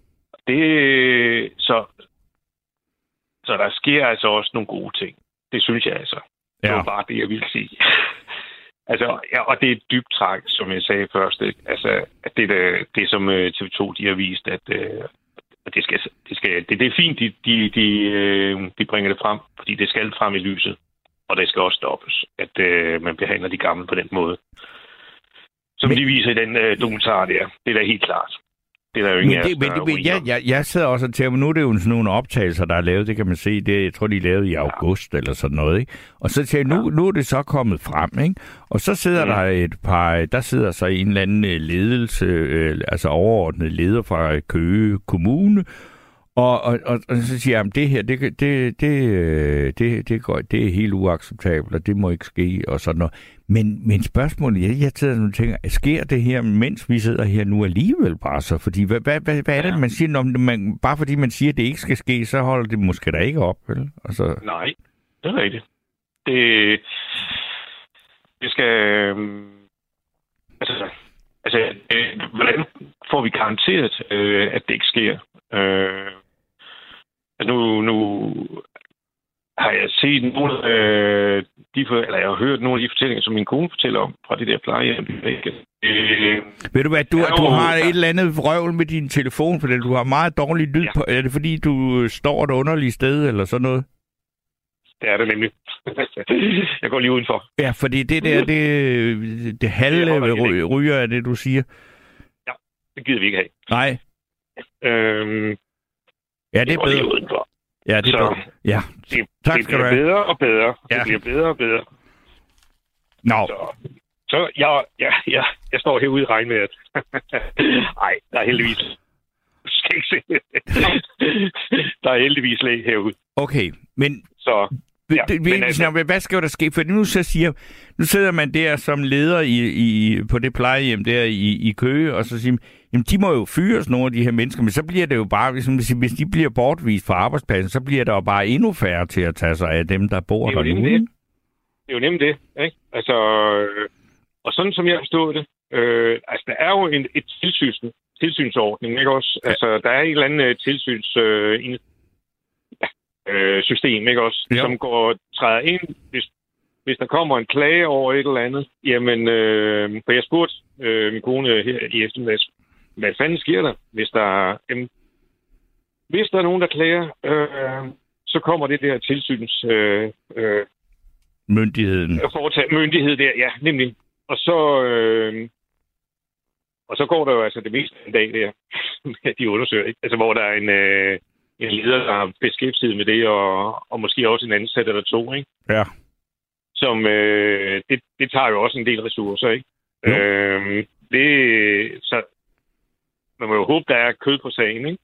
E: Så der sker altså også nogle gode ting. Det synes jeg altså. Det var bare det, jeg ville sige. Og det er dybt tragisk, som jeg sagde først. Ikke? Altså, at det som TV2 de har vist, at det er fint, de bringer det frem, fordi det skal frem i lyset, og det skal også stoppes, at man behandler de gamle på den måde. Som de viser i den dokumentar der. Det er da helt klart. Det er der jo ingen
B: jeg sidder også og tænker, nu er det jo sådan nogle optagelser, der er lavet, det kan man se, det, jeg tror, de er lavet i august eller sådan noget, ikke? Og så tænker jeg, nu er det så kommet frem, ikke? Og så sidder der sidder så en eller anden ledelse, altså overordnet leder fra Køge Kommune, og så siger jeg, det her, det er helt uacceptabelt, og det må ikke ske, og sådan noget. Men spørgsmålet, jeg sidder og tænker, sker det her, mens vi sidder her nu alligevel bare så? Fordi hvad er det, man siger, når bare fordi man siger, at det ikke skal ske, så holder det måske da ikke op, vel? Altså...
E: Nej, det er rigtigt. Det skal... hvordan får vi garanteret, at det ikke sker? Nu har jeg set jeg har hørt nogle af de fortællinger, som min kone fortæller om fra det der plejehjem.
B: Ved du hvad, du har et eller andet vrøvl med din telefon, fordi du har meget dårlig lyd på. Er det fordi, du står et underligt sted, eller sådan noget?
E: Det er det nemlig. Jeg går lige udenfor.
B: Ja, fordi det der, det halve ryger af det, du siger.
E: Ja, det gider vi ikke have.
B: Nej. Ja, det er bedre. Udenfor. Ja, det er bedre. Ja, tak skal du have.
E: Det bliver bedre og bedre.
B: Ja.
E: Det bliver bedre og bedre.
B: Nå.
E: Så jeg står herude i regnvejret. Nej, der er heldigvis... Der er heldigvis læg herude.
B: Okay, men...
E: Så...
B: hvad skal der ske? For nu sidder man der som leder på det plejehjem der i Køge, og så siger jamen, de må jo fyres nogle af de her mennesker, men så bliver det jo bare, hvis de bliver bortvist fra arbejdspladsen, så bliver der jo bare endnu færre til at tage sig af dem, der bor der nu.
E: Det er jo nemt det, ikke? Altså, og sådan som jeg forstod det, der er jo et tilsynsordning, ikke også? Ja. Altså, der er en eller anden system, ikke også? Ja. Som træder ind, hvis der kommer en klage over et eller andet. Jamen, for jeg spurgte min kone her i eftermiddags, hvad fanden sker der, hvis der er nogen, der klager, så kommer det der tilsyns...
B: myndigheden.
E: Myndighed der, ja, nemlig. Og så går der jo altså det meste af en dag der, de undersøger, ikke? Altså, hvor der er en leder, der har beskæftiget med det, og måske også en ansat eller to, ikke?
B: Ja.
E: Som, det tager jo også en del ressourcer, ikke? Så man må jo håbe, der er kød på sagen, ikke?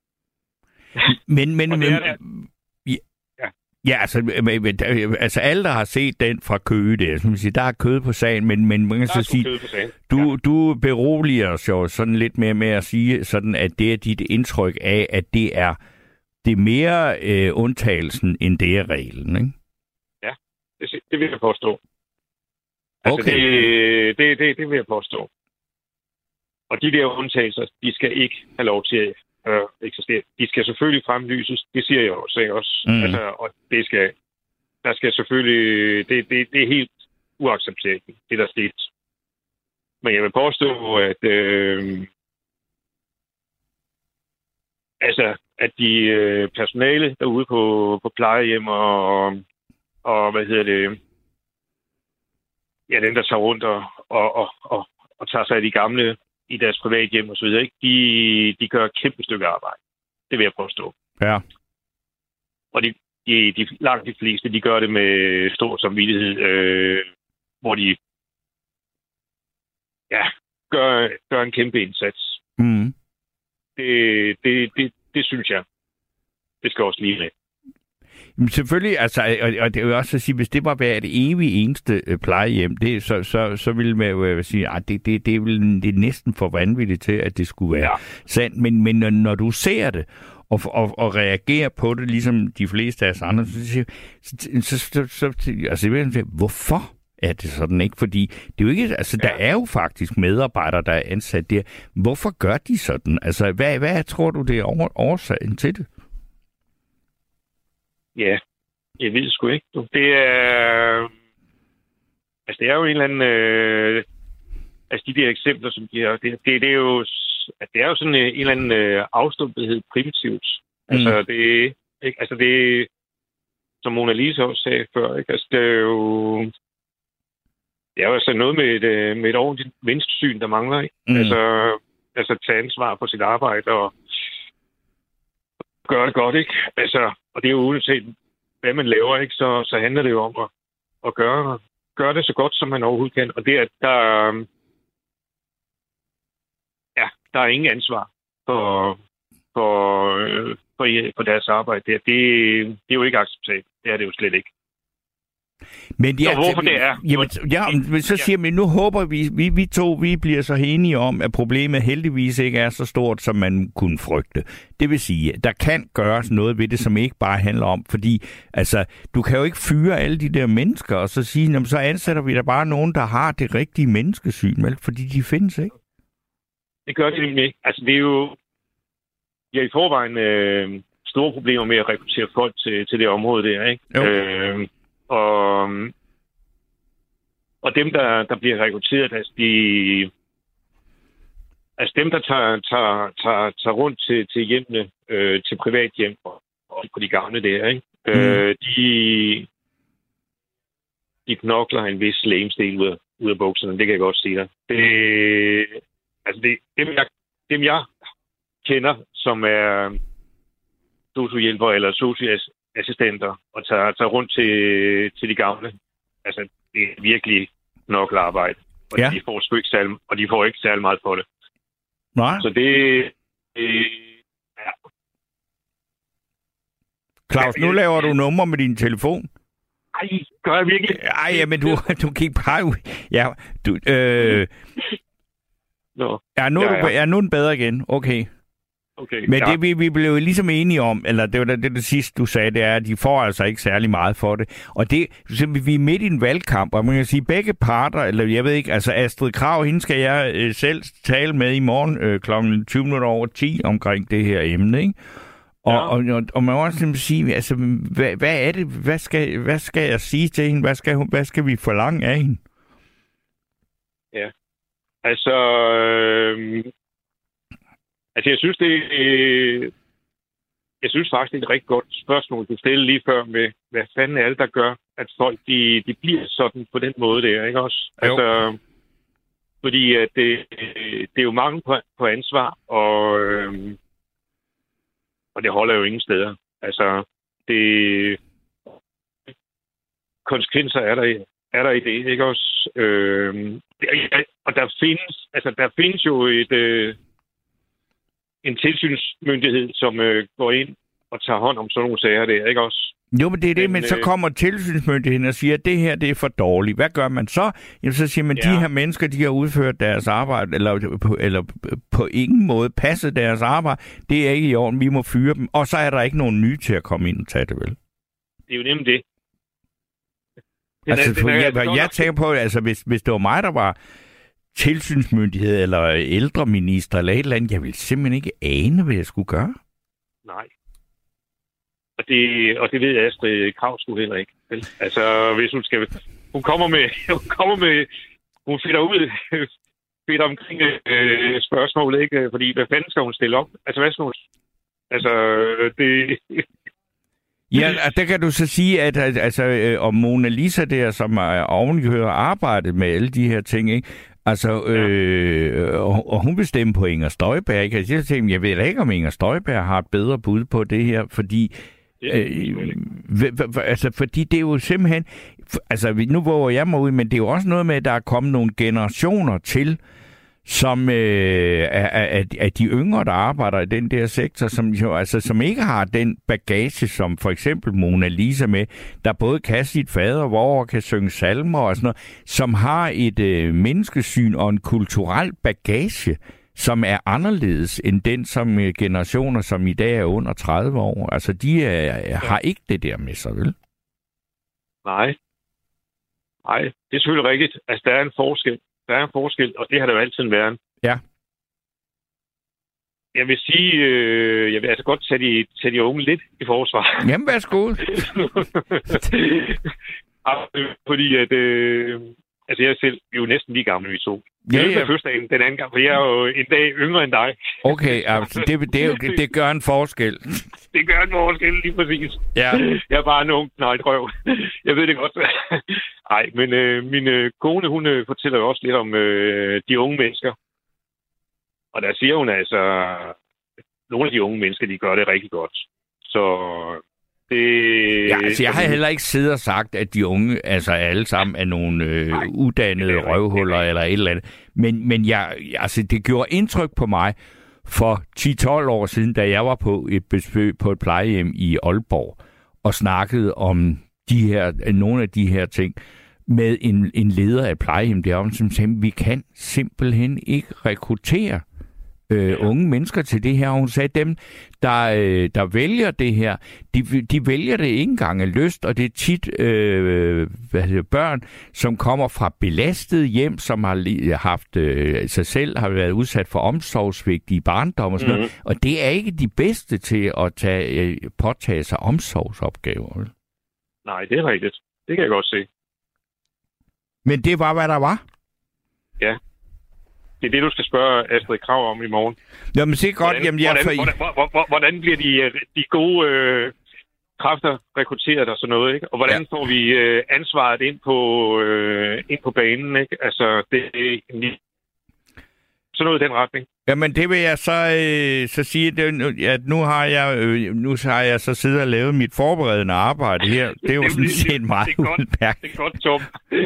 B: Altså alle, der har set den fra Køge der, som siger, der er kød på sagen, men man kan så sige, du beroliger os jo sådan lidt mere med at sige, sådan at det er dit indtryk af, at det er mere undtagelsen, end det er reglen, ikke?
E: Ja, det vil jeg påstå. Altså, okay. Det vil jeg påstå. Og de der undtagelser, de skal ikke have lov til at eksistere. De skal selvfølgelig fremlyses, det siger jeg også, ikke også? Altså, og der skal selvfølgelig, det er helt uacceptabelt, det der skete. Men jeg vil påstå, at at de personale derude på plejehjem og dem, der tager rundt og tager sig af de gamle i deres privathjem og så videre, ikke? De gør et kæmpe stykke arbejde. Det vil jeg påstå. Ja. Og langt de fleste, de gør det med stor samvittighed, hvor de gør en kæmpe indsats. Mm. Det synes jeg. Det skal også lige med.
B: Men selvfølgelig, altså, og det er jo også at sige, hvis det var være det evige eneste plejehjem, så ville man jo sige, at det er næsten for vanvittigt til, at det skulle være sandt. Men når du ser det, og reagerer på det, ligesom de fleste af os andre, så hvorfor er det sådan, ikke? Fordi det er jo ikke, altså, der er jo faktisk medarbejdere, der er ansat der. Hvorfor gør de sådan? Altså, hvad tror du, det er årsagen til det?
E: Ja, jeg ved sgu ikke. Det er... Altså, det er jo en eller anden... de der eksempler, som de har... Det er jo... Det er jo sådan en eller anden afstumpethed primitivt. Altså, det... Ikke? Altså, det... Som Mona Lisa også sagde før, ikke? Altså, det er jo... Det er jo altså noget med et ordentligt menneskesyn, der mangler, ikke? Altså... Altså tage ansvar for sit arbejde og gøre det godt, ikke? Altså, og det er jo uanset, hvad man laver, ikke? Så handler det jo om at gøre det så godt, som man overhovedet kan. Og det er, der er ingen ansvar for deres arbejde. Det er jo ikke acceptabelt. Det er det jo slet ikke.
B: Men
E: ja, hvorfor det er?
B: Jamen, så siger man, nu håber vi bliver så enige om, at problemet heldigvis ikke er så stort, som man kunne frygte. Det vil sige, at der kan gøres noget ved det, som ikke bare handler om, fordi altså, du kan jo ikke fyre alle de der mennesker, og så sige, jamen, så ansætter vi der bare nogen, der har det rigtige menneskesyn, vel? Fordi de findes ikke.
E: Det gør det nemlig ikke. Altså, det er jo i forvejen store problemer med at rekruttere folk til det område der, ikke? Og dem, der bliver rekrutteret, altså dem, der tager rundt til hjemmene, til privat hjem og på de gamle der, ikke? De knokler en vis legemsdel ud af bukserne, det kan jeg godt sige dig. Dem jeg kender, som er sosu-hjælpere eller sosu-assistenter og tager rundt til de gamle. Altså, det er virkelig knoklearbejde. Og de får sgu ikke særlig, og de får ikke særlig meget for det.
B: Nej.
E: Så det ja.
B: Claus, nu laver du nummer med din telefon.
E: Ej, gør jeg virkelig?
B: Ej, men du gik bare ud. Ja, du... Nu er den bedre igen. Okay. Men det vi blev ligesom enige om, eller det var det sidste, du sagde, det er, at de får altså ikke særlig meget for det. Og det, vi er midt i en valgkamp, og man kan sige, begge parter, eller jeg ved ikke, altså Astrid Krag, hende skal jeg selv tale med i morgen klokken 20:20 omkring det her emne, ikke? Og man må også sige, altså, hvad er det, hvad skal jeg sige til hende? Hvad skal vi forlange af hende?
E: Ja, altså jeg synes faktisk, det er et rigtig godt spørgsmål, du stillede lige før med, hvad fanden er det, der gør, at folk de bliver sådan på den måde der, ikke også? Jo. Altså, fordi at det er jo mangel på ansvar, og det holder jo ingen steder. Altså, konsekvenser er der i det, ikke også? Og der findes jo en tilsynsmyndighed, som går ind og tager hånd om sådan nogle sager der, ikke også?
B: Jo, men det er det, men så kommer tilsynsmyndigheden og siger, at det her, det er for dårligt. Hvad gør man så? Jamen, så siger man, de her mennesker, de har udført deres arbejde, eller på ingen måde passet deres arbejde. Det er ikke i orden, vi må fyre dem. Og så er der ikke nogen nye til at komme ind og tage det, vel?
E: Det er jo nemlig det.
B: Jeg tænker på, altså hvis det var mig, der var tilsynsmyndighed eller ældreminister eller et eller andet, jeg ville simpelthen ikke ane, hvad jeg skulle gøre.
E: Nej. Og det ved Astrid Krag sgu heller ikke. Altså, hvis hun skal... Hun kommer med... Hun finder omkring spørgsmålet, ikke? Fordi, hvad fanden skal hun stille op? Altså, hvad skal hun... Altså, det...
B: Ja, der kan du så sige, at altså, om Mona Lisa der, som er ovenikøbet arbejdet med alle de her ting, ikke? Altså, og hun vil stemme på Inger Støjberg, ikke? Jeg ved da ikke, om Inger Støjberg har et bedre bud på det her, fordi fordi det er jo simpelthen, altså nu våger jeg mig ud, men det er jo også noget med, at der er kommet nogle generationer til, som af de yngre, der arbejder i den der sektor, som ikke har den bagage, som for eksempel Mona Lisa med, der både kan sit fadervor og kan synge salmer og sådan noget, som har et menneskesyn og en kulturel bagage, som er anderledes end den som generationer, som i dag er under 30 år. Altså, de har ikke det der med sig, vel?
E: Nej, det er selvfølgelig rigtigt. Altså, der er en forskel. Der er en forskel, og det har der jo altid været.
B: Ja.
E: Jeg vil sige, jeg vil altså godt tage de unge lidt i forsvar.
B: Jamen, værsgo.
E: Fordi at, altså jeg selv er jo næsten lige gammel, vi to.
B: Ja.
E: Fødselsdagen den anden gang, for jeg er jo en dag yngre end dig.
B: Okay, altså, det gør en forskel.
E: Det gør en forskel, lige præcis.
B: Ja.
E: Jeg er bare en ung knejtrøv. Jeg ved det godt. Nej, men min kone, hun fortæller jo også lidt om de unge mennesker. Og der siger hun altså, nogle af de unge mennesker, de gør det rigtig godt. Så det...
B: Ja, altså jeg har heller ikke siddet og sagt, at de unge, altså alle sammen er nogle uddannede røvhuller eller et eller andet. Men altså det gjorde indtryk på mig for 10-12 år siden, da jeg var på et besøg på et plejehjem i Aalborg og snakkede om nogle af de her ting med en leder af plejehjem deroppe, som sagde, vi kan simpelthen ikke rekruttere unge mennesker til det her. Hun sagde, dem, der vælger det her, de vælger det ikke engang af lyst, og det er tit børn, som kommer fra belastede hjem, som har haft sig selv, har været udsat for omsorgssvigt i barndom og sådan noget, og det er ikke de bedste til at påtage sig omsorgsopgaver.
E: Nej, det er rigtigt. Det kan jeg godt se.
B: Men det var, hvad der var?
E: Ja. Det er det, du skal spørge Astrid Krag om i morgen.
B: Jamen, det er godt.
E: Hvordan bliver de gode kræfter rekrutteret og sådan noget, ikke? Og hvordan får vi ansvaret ind på banen, ikke? Altså, det er sådan noget i den retning.
B: Jamen, det vil jeg så sige, at nu har jeg så siddet og lavet mit forberedende arbejde her. Det er jo sådan set meget udmærket.
E: Det er godt, Tom.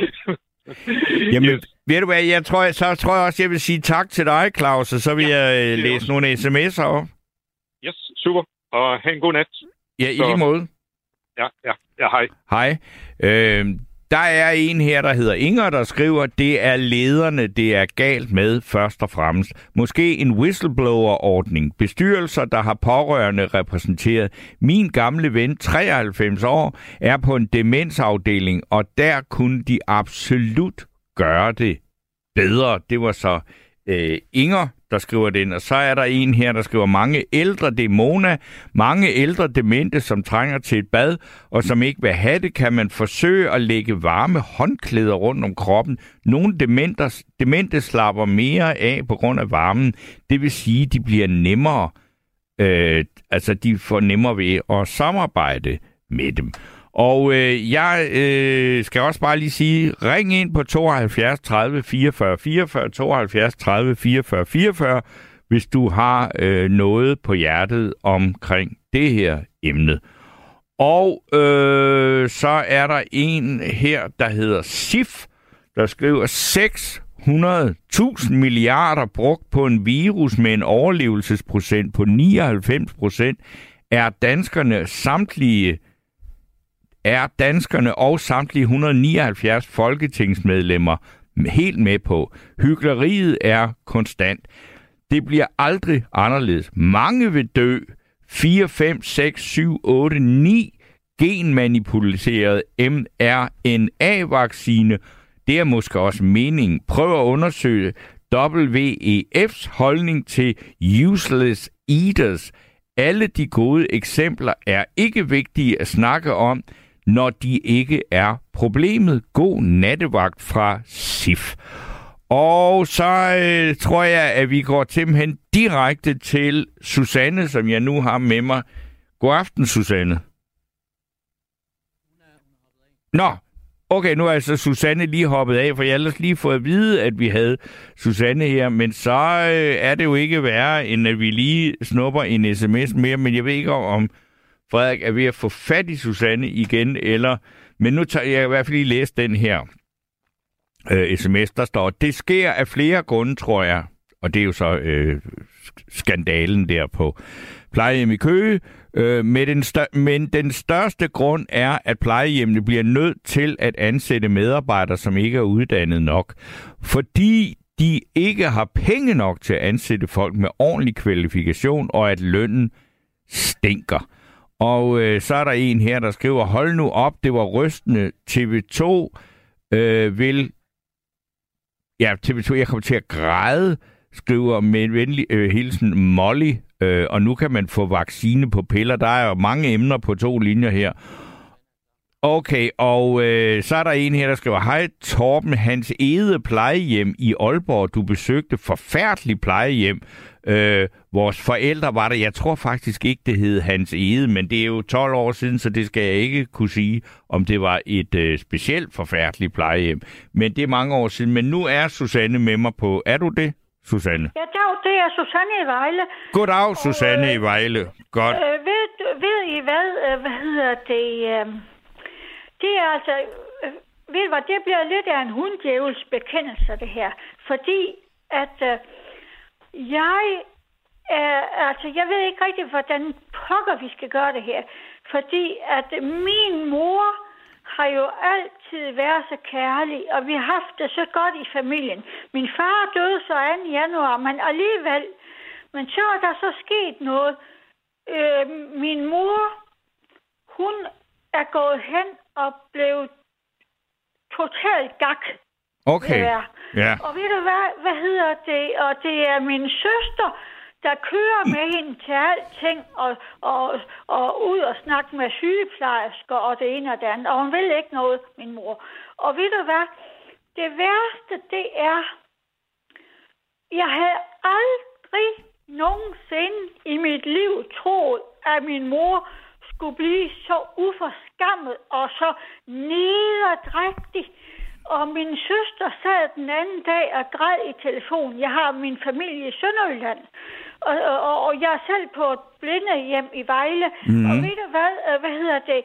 B: Jamen, ved du hvad, jeg tror også, jeg vil sige tak til dig, Claus, og så vil jeg læse nogle sms'er op.
E: Yes, super. Og have en god nat.
B: Ja, i lige måde.
E: Ja, hej.
B: Hej. Der er en her, der hedder Inger, der skriver, det er lederne, det er galt med først og fremmest. Måske en whistleblower-ordning. Bestyrelser, der har pårørende repræsenteret. Min gamle ven, 93 år, er på en demensafdeling, og der kunne de absolut gøre det bedre. Det var så Inger, der skriver det ind. Og så er der en her, der skriver, mange ældre, det er Mona, mange ældre demente, som trænger til et bad, og som ikke vil have det, kan man forsøge at lægge varme håndklæder rundt om kroppen. Nogle demente slapper mere af på grund af varmen. Det vil sige, de bliver nemmere, altså de får nemmere ved at samarbejde med dem. Og jeg skal også bare lige sige, ring ind på 72 30 44 44, 72 30 44 44, hvis du har noget på hjertet omkring det her emne. Og så er der en her, der hedder SIF, der skriver 600.000 milliarder brugt på en virus med en overlevelsesprocent på 99%, er danskerne og samtlige 179 folketingsmedlemmer helt med på. Hykleriet er konstant. Det bliver aldrig anderledes. Mange vil dø. 4, 5, 6, 7, 8, 9 genmanipuleret mRNA-vaccine. Det er måske også meningen. Prøv at undersøge WEF's holdning til useless eaters. Alle de gode eksempler er ikke vigtige at snakke om, når de ikke er problemet. God nattevagt fra SIF. Og så tror jeg, at vi går simpelthen direkte til Susanne, som jeg nu har med mig. God aften, Susanne. Nå, okay, nu er altså Susanne lige hoppet af, for jeg har ellers lige fået at vide, at vi havde Susanne her, men så er det jo ikke værre, end at vi lige snupper en sms mere, men jeg ved ikke om Frederik er ved at få fat i Susanne igen, eller... Men nu tager jeg i hvert fald lige læse den her sms, der står, det sker af flere grunde, tror jeg, og det er jo så skandalen der på plejehjem i Køge, men den største grund er, at plejehjemmene bliver nødt til at ansætte medarbejdere, som ikke er uddannet nok, fordi de ikke har penge nok til at ansætte folk med ordentlig kvalifikation, og at lønnen stinker. Og så er der en her, der skriver, hold nu op, det var rystende. TV2 TV2, jeg kommer til at græde, skriver med en venlig hilsen Molly, og nu kan man få vaccine på piller. Der er jo mange emner på 2 linjer her. Okay, og så er der en her, der skriver, hej Torben, Hans Ede plejehjem i Aalborg, du besøgte forfærdelig plejehjem. Vores forældre var der, jeg tror faktisk ikke, det hed Hans Ede, men det er jo 12 år siden, så det skal jeg ikke kunne sige, om det var et specielt forfærdeligt plejehjem. Men det er mange år siden, men nu er Susanne med mig på. Er du det? Susanne.
F: Ja, dag, det er Susanne i Vejle.
B: Goddag, Susanne i Vejle. Godt.
F: Ved I hvad hedder det? Det er altså... ved du hvad, det bliver lidt af en hunddjævels bekendelse, det her. Fordi at jeg ved ikke rigtig, hvordan pokker vi skal gøre det her. Fordi at min mor har jo altid været så kærlig, og vi har haft det så godt i familien. Min far døde så 2. januar, men alligevel. Men så er der så sket noget. Min mor, hun er gået hen og blevet totalt gak.
B: Okay. Ja.
F: Og ved du hvad hedder det? Og det er min søster, der kører med hende til alting, og ud og snakke med sygeplejersker og det ene og det andet. Og hun vil ikke noget, min mor. Og ved du hvad? Det værste, det er, jeg havde aldrig nogensinde i mit liv troet, at min mor skulle blive så uforskammet og så nederdrægtig. Og min søster sad den anden dag og græd i telefonen. Jeg har min familie i Sønderjylland. Og jeg er selv på et blindehjem i Vejle. Mm-hmm. Og ved du hvad hedder det?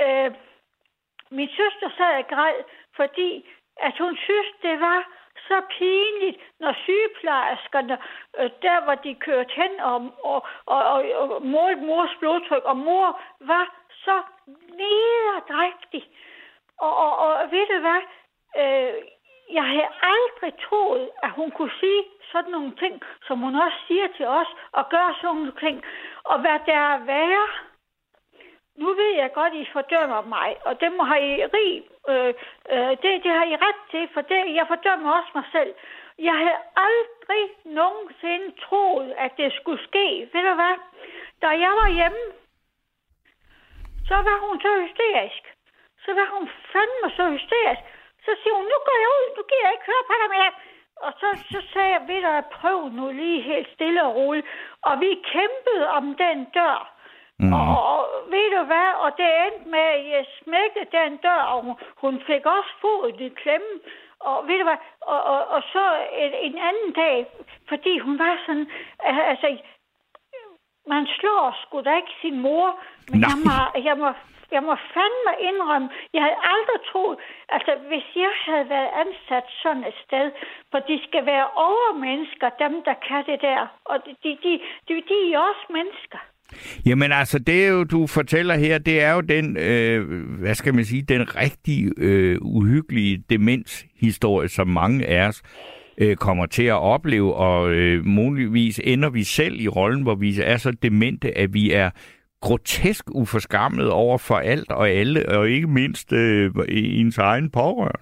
F: Min søster sad og græd, fordi at hun synes, det var så pinligt, når sygeplejerskerne, der hvor de kørte hen og målte mors blodtryk, og mor var så nederdrægtig. Og ved du hvad? Jeg havde aldrig troet, at hun kunne sige sådan nogle ting, som hun også siger til os, og gøre sådan nogle ting. Og hvad der er værre, nu ved jeg godt, I fordømmer mig, og det må have I det har I ret til, for det, jeg fordømmer også mig selv. Jeg havde aldrig nogensinde troet, at det skulle ske. Ved du hvad? Da jeg var hjemme, så var hun så hysterisk. Så var hun fandme så hysterisk. Så siger hun, nu går jeg ud, nu gider jeg ikke høre på dig mere. Og så sagde jeg, ved du, prøv nu lige helt stille og roligt. Og vi kæmpede om den dør. Mm. Og ved du hvad, og det endte med, at jeg smækkede den dør, og hun fik også foden i klemme. Og ved du hvad, og så en anden dag, fordi hun var sådan, altså, man slår sgu da ikke sin mor, men jeg må fandme indrømme, jeg havde aldrig troet, altså hvis jeg havde været ansat sådan et sted, for de skal være overmennesker, dem der kan det der, og de er også mennesker.
B: Jamen altså, det jo, du fortæller her, det er jo den, hvad skal man sige, den rigtig uhyggelige demenshistorie, som mange af os kommer til at opleve, og muligvis ender vi selv i rollen, hvor vi er så demente, at vi er grotesk uforskammet over for alt og alle, og ikke mindst ens egen pårørende.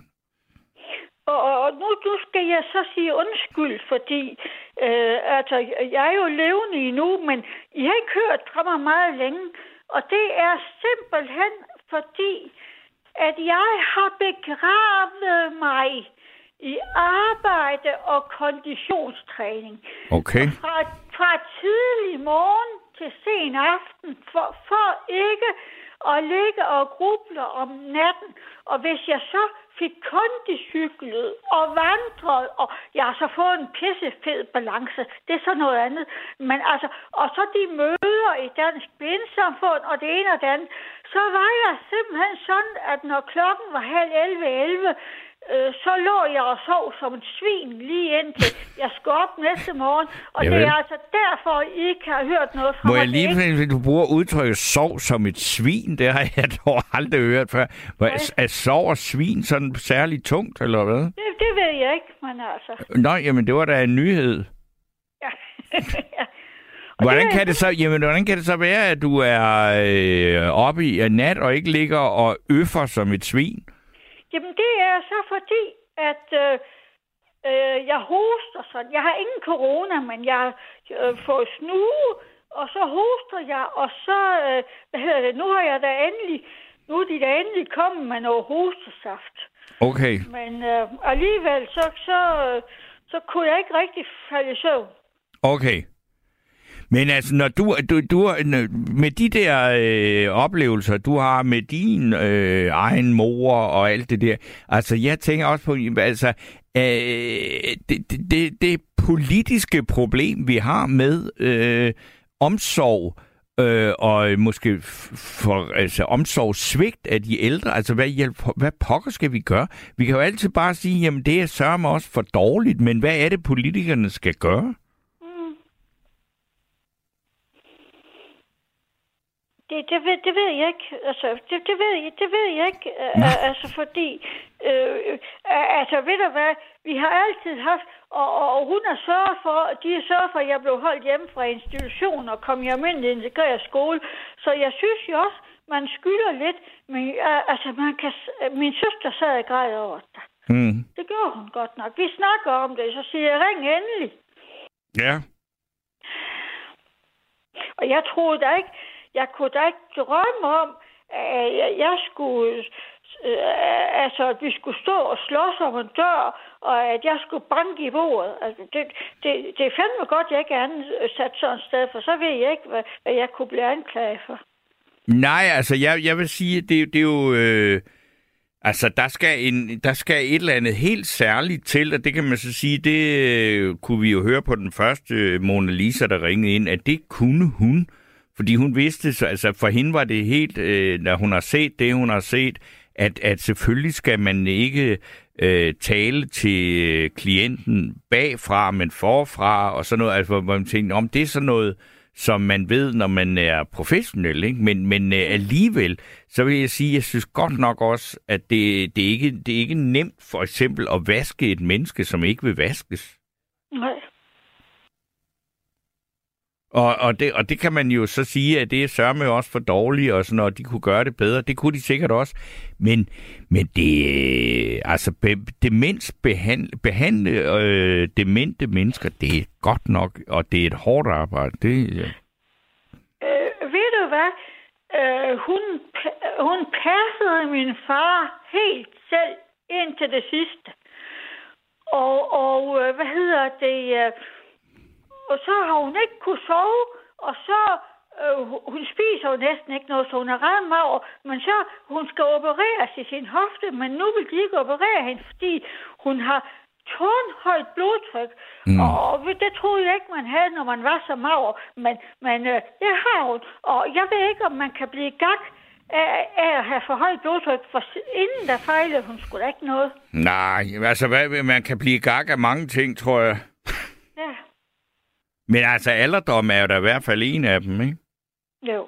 F: Og nu skal jeg så sige undskyld, fordi altså, jeg er jo levende endnu, men I har ikke hørt fra mig meget længe. Og det er simpelthen fordi, at jeg har begravet mig i arbejde og konditionstræning.
B: Okay.
F: Fra tidlig morgen til sen aften, for ikke at ligge og gruble om natten. Og hvis jeg så fik kondicyklet og vandret, og jeg har så fået en pissefed balance, det er så noget andet. Men altså, og så de møder i Dansk Blindesamfund, og det ene og det andet, så var jeg simpelthen sådan, at når klokken var 10:30, så lå jeg og sov som et svin lige indtil jeg skulle op næste morgen. Og det er altså derfor, I ikke har hørt noget fra mig.
B: Må jeg lige finde, du bruger udtrykket sov som et svin? Det har jeg dog aldrig hørt før. Er sov og svin sådan særligt tungt, eller hvad?
F: Det ved jeg ikke, men altså.
B: Nå, jamen det var da en nyhed.
F: Ja.
B: Hvordan kan det så være, at du er oppe i nat og ikke ligger og øffer som et svin?
F: Jamen, det er så fordi, at jeg hoster sådan. Jeg har ingen corona, men jeg får snue, og så hoster jeg, og så, nu er de da endelig kommet med noget hostesaft.
B: Okay.
F: Men alligevel, så kunne jeg ikke rigtig falde i søvn.
B: Okay. Men altså, når du med de der oplevelser, du har med din egen mor og alt det der, altså jeg tænker også på, altså det politiske problem, vi har med omsorg, og måske omsorgssvigt af de ældre. Altså, hvad pokker skal vi gøre? Vi kan jo altid bare sige, jamen det er sørme også for dårligt, men hvad er det, politikerne skal gøre?
F: Det ved jeg ikke. Altså, det ved jeg ikke. Altså, fordi... altså, ved du hvad? Vi har altid haft... Og hun har sørget for... De har sørget for, at jeg blev holdt hjemme fra institution og kom i almindelig integreret skole. Så jeg synes jo også, man skylder lidt. Men altså, min søster sad og græd over det. Det gjorde hun godt nok. Vi snakker om det, så siger jeg, ring endelig.
B: Ja.
F: Og jeg troede da ikke... Jeg kunne da ikke drømme om, at jeg skulle, at vi skulle stå og slås om en dør, og at jeg skulle banke i bordet. Altså, det er fandme godt, at jeg ikke er ansat sådan et sted, for så ved jeg ikke, hvad jeg kunne blive anklaget for.
B: Nej, altså jeg vil sige, at det er jo... Altså, der skal et eller andet helt særligt til, og det kan man så sige, det kunne vi jo høre på den første Mona Lisa, der ringede ind, at det kunne hun. Fordi hun vidste, så, altså for hende var det helt, når hun har set det, hun har set, at selvfølgelig skal man ikke tale til klienten bagfra, men forfra, og sådan noget. Altså, hvor man tænker, om det er sådan noget, som man ved, når man er professionel, ikke? Men alligevel, så vil jeg sige, jeg synes godt nok også, at det er ikke nemt for eksempel at vaske et menneske, som ikke vil vaskes.
F: Nej.
B: Og det kan man jo så sige, at det er sørme også for dårligt, og sådan, og de kunne gøre det bedre. Det kunne de sikkert også. Men det, altså behandle demente mennesker, det er godt nok, og det er et hårdt arbejde. Det, ja.
F: Ved du hvad? Hun passede min far helt selv indtil det sidste. Og hvad hedder det... Og så har hun ikke kunne sove, og så hun spiser jo næsten ikke noget, så hun er ret mager, men så hun skal opereres i sin hofte, men nu vil de ikke operere hende, fordi hun har tårnhøjt blodtryk, og det troede jeg ikke, man havde, når man var så mager, men det har hun, og jeg ved ikke, om man kan blive gak af at have for højt blodtryk, for inden der fejlede hun sgu da ikke noget.
B: Nej, altså man kan blive gak af mange ting, tror jeg.
F: Ja.
B: Men altså, alderdom er jo da i hvert fald en af dem, ikke?
F: Jo.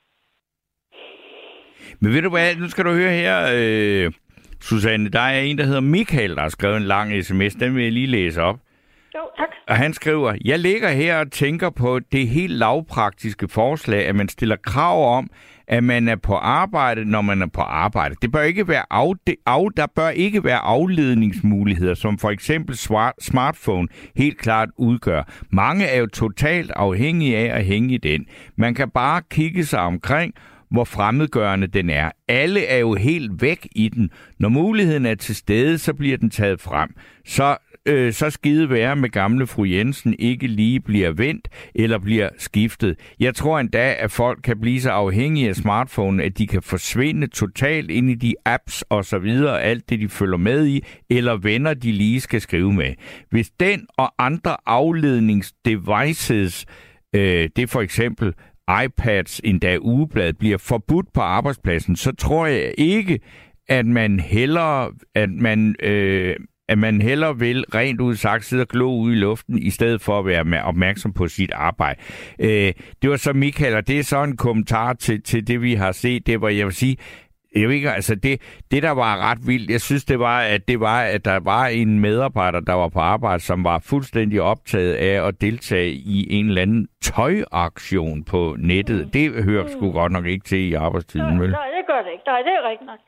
B: Men ved du hvad, nu skal du høre her, Susanne, der er en, der hedder Michael, der har skrevet en lang sms, den vil jeg lige læse op.
F: Jo, tak.
B: Og han skriver, jeg ligger her og tænker på det helt lavpraktiske forslag, at man stiller krav om, at man er på arbejde, når man er på arbejde. Det bør ikke være der bør ikke være afledningsmuligheder, som for eksempel smartphone helt klart udgør. Mange er jo totalt afhængige af at hænge i den. Man kan bare kigge sig omkring, hvor fremmedgørende den er. Alle er jo helt væk i den. Når muligheden er til stede, så bliver den taget frem. Så skide være med gamle fru Jensen ikke lige bliver vendt eller bliver skiftet. Jeg tror endda, at folk kan blive så afhængige af smartphone, at de kan forsvinde totalt ind i de apps og så videre, alt det de følger med i, eller venner de lige skal skrive med. Hvis den og andre afledningsdevices, det er for eksempel iPads, endda ugeblad, bliver forbudt på arbejdspladsen, så tror jeg ikke, at man hellere vil, rent ud sagt, sidde og glo ud i luften, i stedet for at være opmærksom på sit arbejde. Det var så Michael, og det er så en kommentar til det, vi har set. Det var, jeg vil sige, jeg ved ikke, altså det, der var ret vildt, jeg synes, det var, at der var en medarbejder, der var på arbejde, som var fuldstændig optaget af at deltage i en eller anden tøjaktion på nettet. Det hører sgu godt nok ikke til i arbejdstiden, vel?
F: Nej, det gør det ikke. Nej, det er rigtigt nok.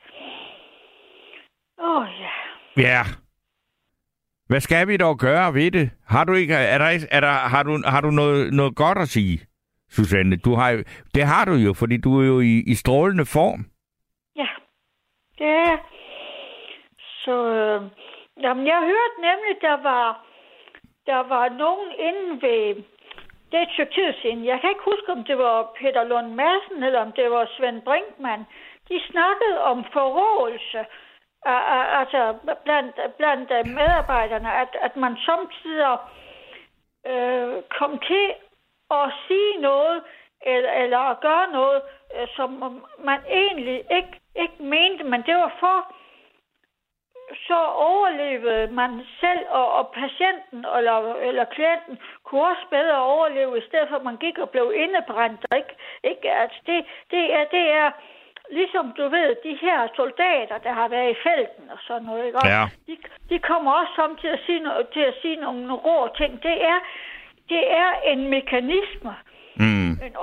F: Ja.
B: Ja. Hvad skal vi dog gøre ved det? Har du noget godt at sige, Susanne? Det har du jo, fordi du er jo i strålende form.
F: Ja, det er jeg. Så, jamen, jeg hørte nemlig, der var nogen inde det er et stykke tid siden. Jeg kan ikke huske, om det var Peter Lund Madsen, eller om det var Svend Brinkmann. De snakkede om forrådelse, altså blandt medarbejderne, at man samtidig kom til at sige noget, eller gøre noget, som man egentlig ikke mente, men det var for, så overlevede man selv, og patienten eller klienten kunne også bedre overleve, i stedet for at man gik og blev indebrændt. Ikke? Altså det er ligesom du ved, de her soldater, der har været i felten og sådan noget, ikke?
B: Ja.
F: De kommer også som til at sige nogle rå ting. Det er en mekanisme. En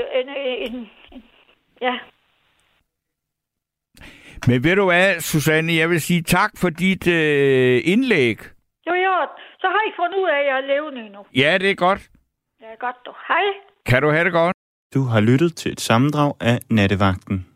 F: ja.
B: Men ved du hvad, Susanne, jeg vil sige tak for dit indlæg.
F: Jo, så har I fundet ud af, at jeg er levende nu.
B: Ja, det er godt.
F: Det er godt, du. Hej.
B: Kan du have det godt?
G: Du har lyttet til et sammendrag af Nattevagten.